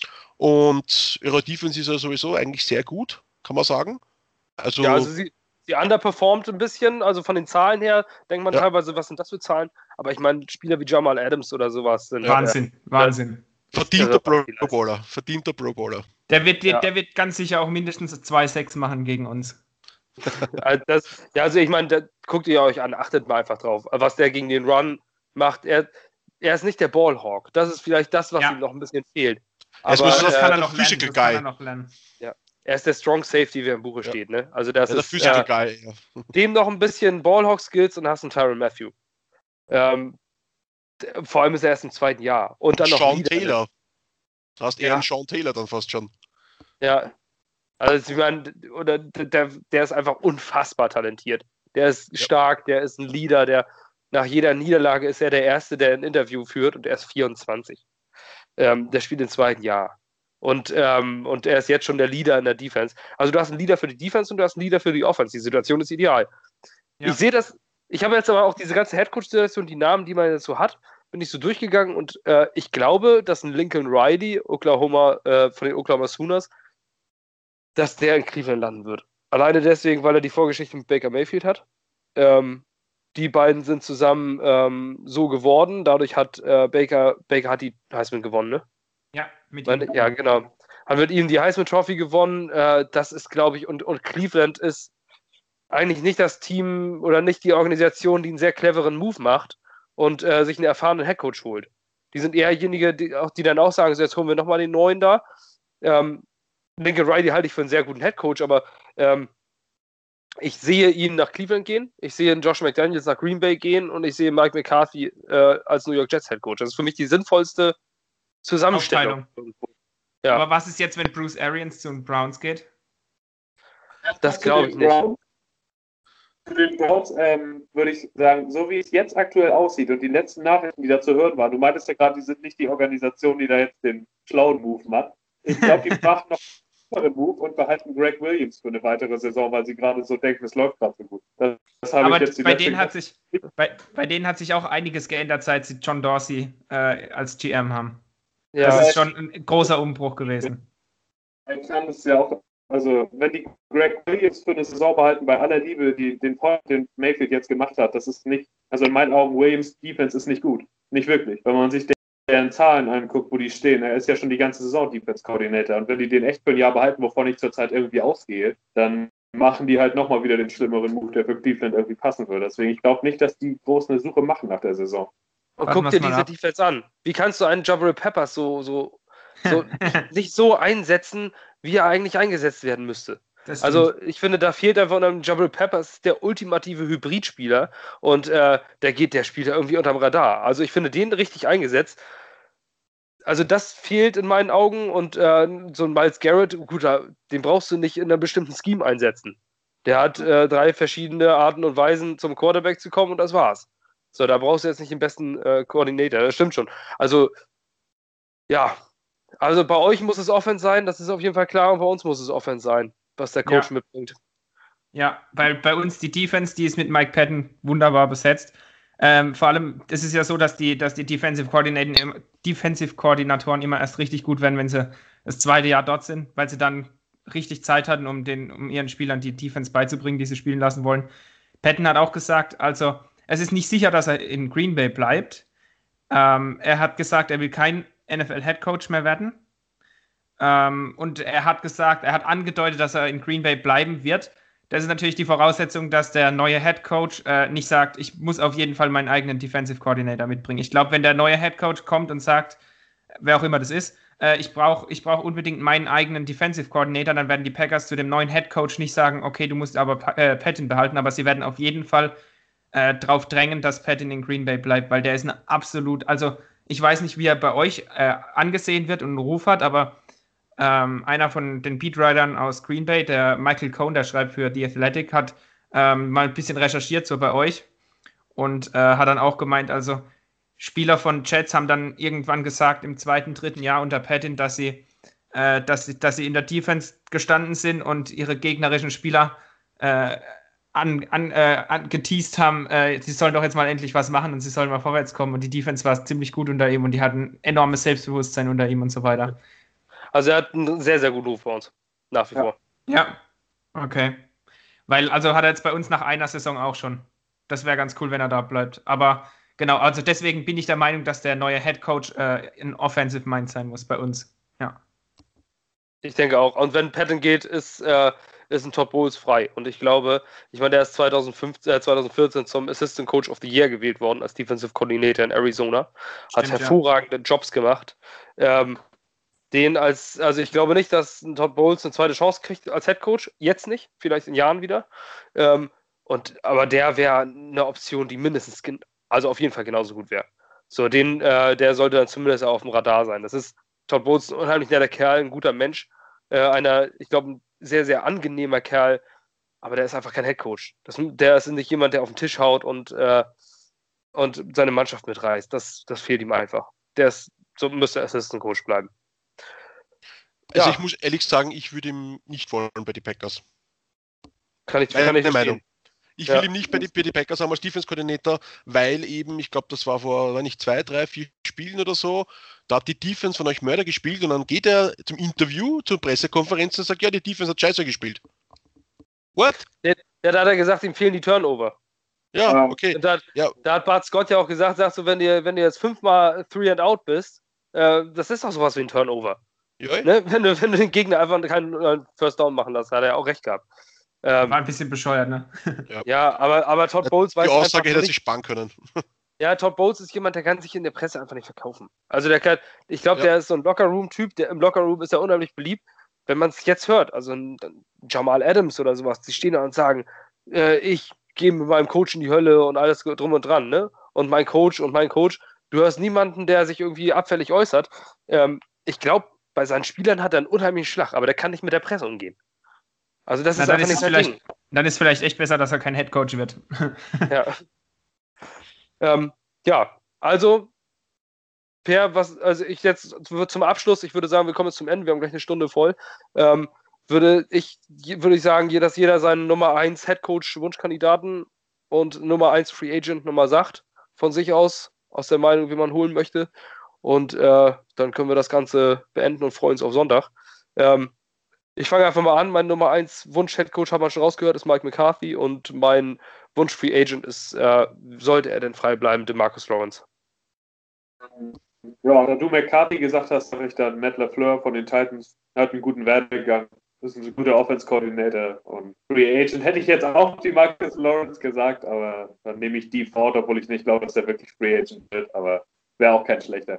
Und ihre Defense ist ja sowieso eigentlich sehr gut, kann man sagen. Also, ja, also sie, sie underperformt ein bisschen, also von den Zahlen her denkt man ja. teilweise, was sind das für Zahlen? Aber ich meine, Spieler wie Jamal Adams oder sowas sind. Wahnsinn, äh, Wahnsinn. Verdienter Pro Bowler, verdienter Pro Bowler. Der wird, ja. der wird ganz sicher auch mindestens zwei Sacks machen gegen uns. Also das, ja, also ich meine, guckt ihr euch an, achtet mal einfach drauf, was der gegen den Run macht. Er, er ist nicht der Ballhawk. Das ist vielleicht das, was ja. ihm noch ein bisschen fehlt. Aber das äh, kann er noch lernen. Das kann er noch lernen. Ja. Er ist der Strong Safety, wie er im Buche ja. steht. Ne? Also das ja, ist der Physical äh, Guy. Ja. Dem noch ein bisschen Ballhawk-Skills und hast einen Tyrann Mathieu. Ähm, vor allem ist er erst im zweiten Jahr. Und dann noch Sean Leader, Taylor. Ne? Du hast eher ja. einen Sean Taylor dann fast schon. Ja, also ich meine, oder der, der ist einfach unfassbar talentiert. Der ist ja. stark, der ist ein Leader, der nach jeder Niederlage ist er der Erste, der ein Interview führt und er ist vierundzwanzig. Ähm, der spielt im zweiten Jahr. Und, ähm, und er ist jetzt schon der Leader in der Defense. Also du hast einen Leader für die Defense und du hast einen Leader für die Offense. Die Situation ist ideal. Ja. Ich sehe das, ich habe jetzt aber auch diese ganze Headcoach-Situation, die Namen, die man jetzt so hat, bin ich so durchgegangen und äh, ich glaube, dass ein Lincoln Riley, Oklahoma, äh, von den Oklahoma Sooners, dass der in Cleveland landen wird. Alleine deswegen, weil er die Vorgeschichte mit Baker Mayfield hat. Ähm, die beiden sind zusammen ähm, so geworden. Dadurch hat äh, Baker, Baker hat die Heisman gewonnen, ne? Ja, mit ihm. Ja, genau. Hat mit ihm die Heisman Trophy gewonnen. Äh, das ist, glaube ich, und, und Cleveland ist eigentlich nicht das Team oder nicht die Organisation, die einen sehr cleveren Move macht und äh, sich einen erfahrenen Headcoach holt. Die sind eher diejenigen, die, die dann auch sagen, so jetzt holen wir nochmal den neuen da. Ähm, Lincoln Riley halte ich für einen sehr guten Headcoach, aber ähm, ich sehe ihn nach Cleveland gehen, ich sehe Josh McDaniels nach Green Bay gehen und ich sehe Mike McCarthy äh, als New York Jets Headcoach. Das ist für mich die sinnvollste Zusammenstellung. Ja. Aber was ist jetzt, wenn Bruce Arians zu den Browns geht? Das glaube ich nicht. Zu den Browns ähm, würde ich sagen, so wie es jetzt aktuell aussieht und die letzten Nachrichten, die da zu hören waren, du meintest ja gerade, die sind nicht die Organisation, die da jetzt den schlauen Move macht. Ich glaube, die machen noch einen Move und behalten Greg Williams für eine weitere Saison, weil sie gerade so denken, es läuft gerade so gut. Das, das habe Aber ich jetzt die bei, denen hat sich, bei, bei denen hat sich auch einiges geändert, seit sie John Dorsey äh, als G M haben. Ja, das ist schon ein großer Umbruch gewesen. Ich kann es ja auch, also wenn die Greg Williams für eine Saison behalten, bei aller Liebe, die den Point, den Mayfield jetzt gemacht hat, das ist nicht, also in meinen Augen, Williams Defense ist nicht gut. Nicht wirklich. Wenn man sich deren Zahlen anguckt, wo die stehen, er ist ja schon die ganze Saison Defense-Coordinator und wenn die den echt für ein Jahr behalten, wovon ich zurzeit irgendwie ausgehe, dann machen die halt nochmal wieder den schlimmeren Move, der für Cleveland irgendwie passen würde. Deswegen, ich glaube nicht, dass die groß eine Suche machen nach der Saison. Und guck dir diese ab. Defense an. Wie kannst du einen Jabril Peppers so, so, so nicht so einsetzen, wie er eigentlich eingesetzt werden müsste? Also ich finde, da fehlt einfach einem Jabril Peppers der ultimative Hybridspieler und äh, der geht, der spielt ja irgendwie unterm Radar. Also ich finde den richtig eingesetzt. Also das fehlt in meinen Augen und äh, so ein Myles Garrett, gut, den brauchst du nicht in einer bestimmten Scheme einsetzen. Der hat äh, drei verschiedene Arten und Weisen zum Quarterback zu kommen und das war's. So, da brauchst du jetzt nicht den besten äh, Coordinator, das stimmt schon. Also, ja, also bei euch muss es Offense sein, das ist auf jeden Fall klar, und bei uns muss es Offense sein, was der Coach ja. mitbringt. Ja, weil bei uns die Defense, die ist mit Mike Patton wunderbar besetzt. Ähm, vor allem, es ist ja so, dass die, dass die Defensive Coordinatoren, Defensive Koordinatoren immer erst richtig gut werden, wenn sie das zweite Jahr dort sind, weil sie dann richtig Zeit hatten, um, den, um ihren Spielern die Defense beizubringen, die sie spielen lassen wollen. Patton hat auch gesagt, also es ist nicht sicher, dass er in Green Bay bleibt. Ähm, er hat gesagt, er will kein N F L-Headcoach mehr werden. Ähm, und er hat gesagt, er hat angedeutet, dass er in Green Bay bleiben wird. Das ist natürlich die Voraussetzung, dass der neue Headcoach äh, nicht sagt, ich muss auf jeden Fall meinen eigenen Defensive Coordinator mitbringen. Ich glaube, wenn der neue Headcoach kommt und sagt, wer auch immer das ist, äh, ich brauche ich brauch unbedingt meinen eigenen Defensive Coordinator, dann werden die Packers zu dem neuen Headcoach nicht sagen, okay, du musst aber äh, Patton behalten, aber sie werden auf jeden Fall äh, drauf drängen, dass Patton in Green Bay bleibt, weil der ist eine absolut, also ich weiß nicht, wie er bei euch äh, angesehen wird und einen Ruf hat, aber Ähm, einer von den Beatwritern aus Green Bay, der Michael Cohn, der schreibt für The Athletic, hat ähm, mal ein bisschen recherchiert so bei euch und äh, hat dann auch gemeint, also Spieler von Jets haben dann irgendwann gesagt im zweiten, dritten Jahr unter Patton, dass sie, äh, dass, sie, dass sie in der Defense gestanden sind und ihre gegnerischen Spieler äh, an, an, äh, an, geteased haben, äh, sie sollen doch jetzt mal endlich was machen und sie sollen mal vorwärts kommen. Und die Defense war ziemlich gut unter ihm und die hatten enormes Selbstbewusstsein unter ihm und so weiter. Also er hat einen sehr, sehr guten Ruf bei uns. Nach wie ja. vor. Ja, okay. Weil, also hat er jetzt bei uns nach einer Saison auch schon. Das wäre ganz cool, wenn er da bleibt. Aber genau, also deswegen bin ich der Meinung, dass der neue Head Coach äh, ein Offensive Mind sein muss bei uns. Ja. Ich denke auch. Und wenn Patton geht, ist, äh, ist ein Todd Bowles frei. Und ich glaube, ich meine, der ist zweitausendfünfzehn, äh, zweitausendvierzehn zum Assistant Coach of the Year gewählt worden als Defensive Coordinator in Arizona. Stimmt, hat hervorragende ja. Jobs gemacht. Ähm, den als, also ich glaube nicht, dass ein Todd Bowles eine zweite Chance kriegt als Head Coach. Jetzt nicht, vielleicht in Jahren wieder. Ähm, und, aber der wäre eine Option, die mindestens, also auf jeden Fall genauso gut wäre. So, den, äh, der sollte dann zumindest auf dem Radar sein. Das ist Todd Bowles, ein unheimlich netter Kerl, ein guter Mensch. Äh, einer, ich glaube, ein sehr, sehr angenehmer Kerl, aber der ist einfach kein Headcoach. Das, der ist nicht jemand, der auf den Tisch haut und, äh, und seine Mannschaft mitreißt. Das, das fehlt ihm einfach. Der ist, so müsste Assistant Coach bleiben. Also ja. Ich muss ehrlich sagen, ich würde ihm nicht wollen bei den Packers. Kann ich, kann ich verstehen. Meinung. Ich will ja. ihn nicht bei den bei die Packers haben als Defense-Koordinator, weil eben, ich glaube, das war vor, wenn nicht zwei, drei, vier Spielen oder so, da hat die Defense von euch Mörder gespielt und dann geht er zum Interview, zur Pressekonferenz und sagt, ja, die Defense hat scheiße gespielt. What? Ja, da hat er gesagt, ihm fehlen die Turnover. Ja, okay. Da hat, ja. da hat Bart Scott ja auch gesagt, sagst du, wenn du, wenn du jetzt fünfmal Three and Out bist, äh, das ist doch sowas wie ein Turnover. Ja. Ne? Wenn, du, wenn du den Gegner einfach keinen First Down machen lässt, hat er auch recht gehabt. Ähm, War ein bisschen bescheuert, ne? Ja, ja aber, aber Todd Bowles weiß die Aussage einfach hätte nicht, sich sparen können. Ja, Todd Bowles ist jemand, der kann sich in der Presse einfach nicht verkaufen. Also der kann, ich glaube, Ja. der ist so ein Locker-Room-Typ, der im Locker-Room ist er unheimlich beliebt. Wenn man es jetzt hört, also ein, ein Jamal Adams oder sowas, die stehen da und sagen, äh, ich gehe mit meinem Coach in die Hölle und alles drum und dran, ne? Und mein Coach und mein Coach. Du hörst niemanden, der sich irgendwie abfällig äußert. Ähm, ich glaube, bei seinen Spielern hat er einen unheimlichen Schlag, aber der kann nicht mit der Presse umgehen. Also das Na, ist dann einfach ist nicht sein Ding. Dann ist vielleicht echt besser, dass er kein Headcoach wird. Ja. ähm, ja, also Per, was, also ich jetzt zum Abschluss, ich würde sagen, wir kommen jetzt zum Ende, wir haben gleich eine Stunde voll. Ähm, würde ich, würde ich sagen, dass jeder seinen Nummer eins Headcoach Wunschkandidaten und Nummer eins Free Agent Nummer sagt, von sich aus, aus der Meinung, wie man holen möchte. Und äh, dann können wir das Ganze beenden und freuen uns auf Sonntag. Ähm, ich fange einfach mal an. Mein Nummer eins Wunsch-Headcoach, hat man schon rausgehört, ist Mike McCarthy. Und mein Wunsch-Free Agent ist, äh, sollte er denn frei bleiben, DeMarcus Lawrence. Ja, da du McCarthy gesagt hast, sage ich dann Matt LaFleur von den Titans. Hat einen guten Werdegang. Das ist ein guter Offense-Coordinator. Und Free Agent hätte ich jetzt auch DeMarcus Lawrence gesagt, aber dann nehme ich die fort, obwohl ich nicht glaube, dass er wirklich Free Agent wird. Aber wäre auch kein schlechter.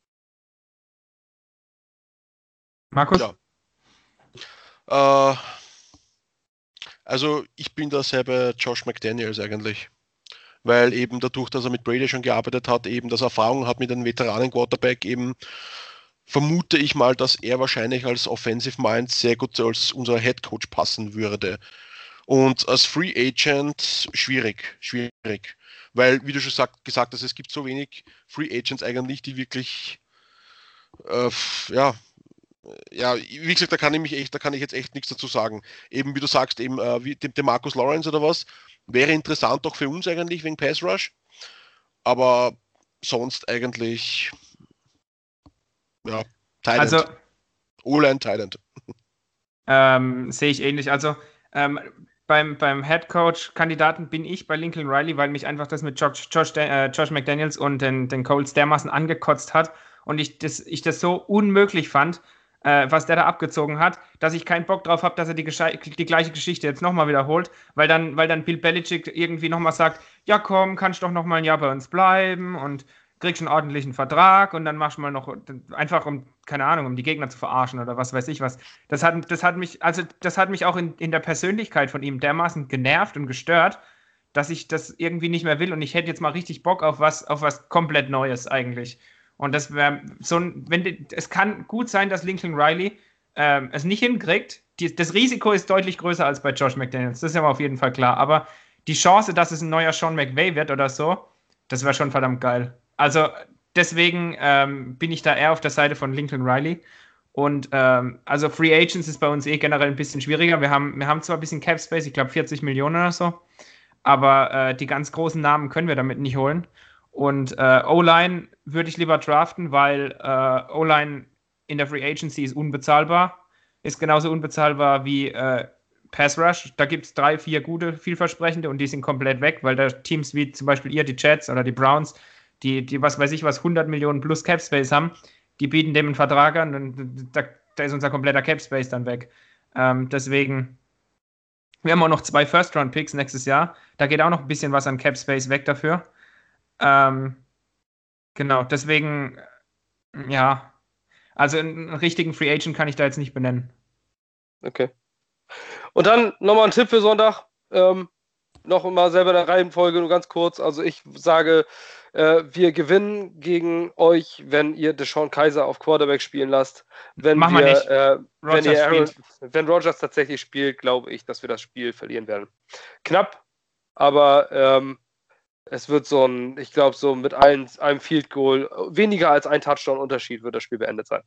Markus? Ja. Äh, also ich bin da sehr bei Josh McDaniels eigentlich. Weil eben dadurch, dass er mit Brady schon gearbeitet hat, eben dass er Erfahrung hat mit einem Veteranen-Quarterback, eben vermute ich mal, dass er wahrscheinlich als Offensive Mind sehr gut als unser Head Coach passen würde. Und als Free Agent schwierig, schwierig. Weil, wie du schon sagt, gesagt hast, es gibt so wenig Free Agents eigentlich, die wirklich, äh, ja, ja, wie gesagt, da kann ich mich echt, da kann ich jetzt echt nichts dazu sagen. Eben, wie du sagst, eben, äh, wie dem, dem Marcus Lawrence oder was, wäre interessant auch für uns eigentlich wegen Pass Rush. Aber sonst eigentlich, ja, Thailand. Also, O-Line Thailand. Ähm, sehe ich ähnlich. Also, ähm, beim, beim Head-Coach-Kandidaten bin ich bei Lincoln Riley, weil mich einfach das mit Josh, Josh, äh, Josh McDaniels und den, den Colts dermaßen angekotzt hat und ich das, ich das so unmöglich fand, äh, was der da abgezogen hat, dass ich keinen Bock drauf habe, dass er die, die gleiche Geschichte jetzt nochmal wiederholt, weil dann, weil dann Bill Belichick irgendwie nochmal sagt, ja komm, kannst doch nochmal ein Jahr bei uns bleiben und kriegst einen ordentlichen Vertrag und dann machst du mal noch, einfach um, keine Ahnung, um die Gegner zu verarschen oder was weiß ich was. Das hat, das hat mich, also das hat mich auch in, in der Persönlichkeit von ihm dermaßen genervt und gestört, dass ich das irgendwie nicht mehr will und ich hätte jetzt mal richtig Bock auf was, auf was komplett Neues eigentlich. Und das wäre so ein, wenn die, es kann gut sein, dass Lincoln Riley ähm, es nicht hinkriegt. Die, das Risiko ist deutlich größer als bei Josh McDaniels, das ist ja mal auf jeden Fall klar. Aber die Chance, dass es ein neuer Sean McVay wird oder so, das wäre schon verdammt geil. Also deswegen ähm, bin ich da eher auf der Seite von Lincoln Riley. Und ähm, also Free Agents ist bei uns eh generell ein bisschen schwieriger. Wir haben, wir haben zwar ein bisschen Cap Space, ich glaube vierzig Millionen oder so, aber äh, die ganz großen Namen können wir damit nicht holen. Und äh, O-Line würde ich lieber draften, weil äh, O-Line in der Free Agency ist unbezahlbar, ist genauso unbezahlbar wie äh, Pass Rush. Da gibt es drei, vier gute, vielversprechende und die sind komplett weg, weil da Teams wie zum Beispiel ihr, die Jets oder die Browns, die, die was weiß ich was, hundert Millionen plus Cap Space haben, die bieten dem einen Vertrag an und da, da ist unser kompletter Cap Space dann weg. Ähm, deswegen, wir haben auch noch zwei First-Round-Picks nächstes Jahr. Da geht auch noch ein bisschen was an Cap Space weg dafür. Ähm, genau, deswegen, ja, also einen richtigen Free Agent kann ich da jetzt nicht benennen. Okay. Und dann nochmal ein Tipp für Sonntag. Ähm, noch mal selber der Reihenfolge, nur ganz kurz. Also ich sage, äh, wir gewinnen gegen euch, wenn ihr DeShone Kizer auf Quarterback spielen lasst. Wenn Machen wir, wir nicht. Äh, wenn, ihr Aaron, spielt. wenn Rodgers tatsächlich spielt, glaube ich, dass wir das Spiel verlieren werden. Knapp, aber ähm, es wird so ein, ich glaube, so mit ein, einem Field Goal, weniger als ein Touchdown-Unterschied wird das Spiel beendet sein.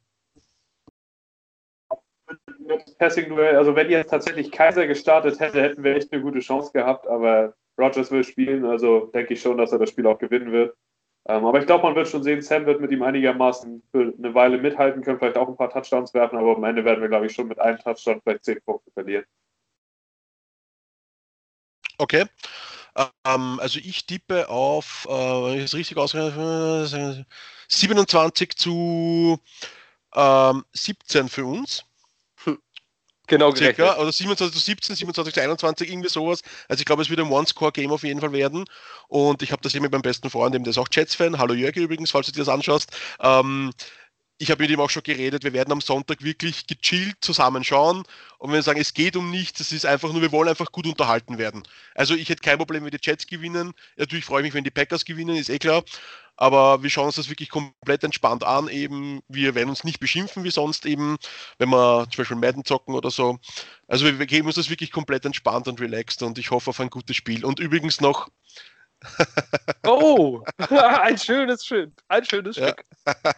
Mit Passing-Duell, also wenn ihr tatsächlich Kizer gestartet hätte, hätten wir echt eine gute Chance gehabt, aber Rodgers will spielen, also denke ich schon, dass er das Spiel auch gewinnen wird. Ähm, aber ich glaube, man wird schon sehen, Sam wird mit ihm einigermaßen für eine Weile mithalten können, vielleicht auch ein paar Touchdowns werfen, aber am Ende werden wir, glaube ich, schon mit einem Touchdown vielleicht zehn Punkte verlieren. Okay. Ähm, also ich tippe auf, äh, wenn ich es richtig ausrechne, siebenundzwanzig zu ähm, siebzehn für uns. Genau Circa, gerechnet. oder siebenundzwanzig zu siebzehn, siebenundzwanzig zu einundzwanzig, irgendwie sowas. Also ich glaube, es wird ein One-Score-Game auf jeden Fall werden. Und ich habe das eben mit meinem besten Freund, der ist auch Jets-Fan. Hallo Jörg übrigens, falls du dir das anschaust. Ähm, ich habe mit ihm auch schon geredet, wir werden am Sonntag wirklich gechillt zusammenschauen und wenn wir sagen, es geht um nichts, es ist einfach nur, wir wollen einfach gut unterhalten werden. Also ich hätte kein Problem, wenn die Jets gewinnen. Natürlich freue ich mich, wenn die Packers gewinnen, ist eh klar. Aber wir schauen uns das wirklich komplett entspannt an. Eben, wir werden uns nicht beschimpfen wie sonst eben, wenn wir zum Beispiel Madden zocken oder so. Also wir, wir geben uns das wirklich komplett entspannt und relaxed und ich hoffe auf ein gutes Spiel. Und übrigens noch... Oh, ein schönes, schön, ein schönes ja. Stück.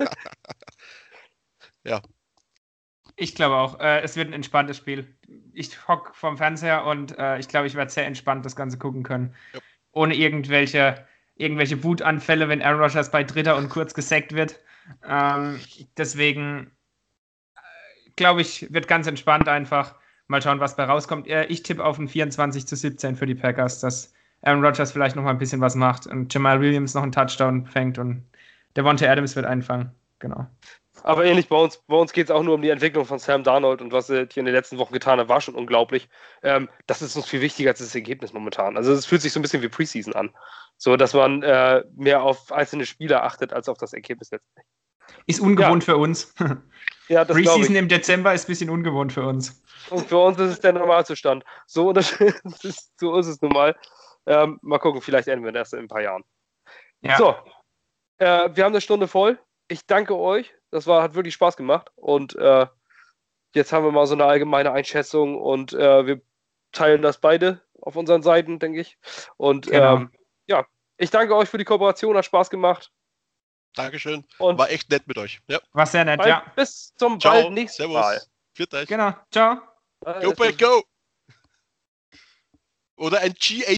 Ja. Ich glaube auch, äh, es wird ein entspanntes Spiel. Ich hocke vom Fernseher und äh, ich glaube, ich werde sehr entspannt das Ganze gucken können. Ja. Ohne irgendwelche, irgendwelche Wutanfälle, wenn Aaron Rodgers bei Dritter und kurz gesackt wird. Ähm, deswegen äh, glaube ich, wird ganz entspannt einfach. Mal schauen, was bei rauskommt. Äh, ich tippe auf ein vierundzwanzig zu siebzehn für die Packers, dass Aaron Rodgers vielleicht noch mal ein bisschen was macht und Jamal Williams noch einen Touchdown fängt und Devontae Adams wird einfangen. Genau. Aber ähnlich bei uns, bei uns geht es auch nur um die Entwicklung von Sam Darnold und was er hier in den letzten Wochen getan hat, war schon unglaublich. Ähm, das ist uns viel wichtiger als das Ergebnis momentan. Also es fühlt sich so ein bisschen wie Preseason an. So, dass man äh, mehr auf einzelne Spieler achtet, als auf das Ergebnis letztlich. Ist ungewohnt ja. für uns. Ja, das Preseason im Dezember ist ein bisschen ungewohnt für uns. Und für uns ist es der Normalzustand. So, das ist, so ist es nun mal. Ähm, mal gucken, vielleicht enden wir das in ein paar Jahren. Ja. So, äh, wir haben eine Stunde voll. Ich danke euch. Das war, hat wirklich Spaß gemacht. Und äh, jetzt haben wir mal so eine allgemeine Einschätzung und äh, wir teilen das beide auf unseren Seiten, denke ich. Und genau. ähm, ja, ich danke euch für die Kooperation. Hat Spaß gemacht. Dankeschön. Und war echt nett mit euch. Ja. War sehr nett, bald, ja. Bis zum Ciao. bald nächsten Servus. Mal. Für euch. Genau. Ciao. Go, Pack, go! Oder ein G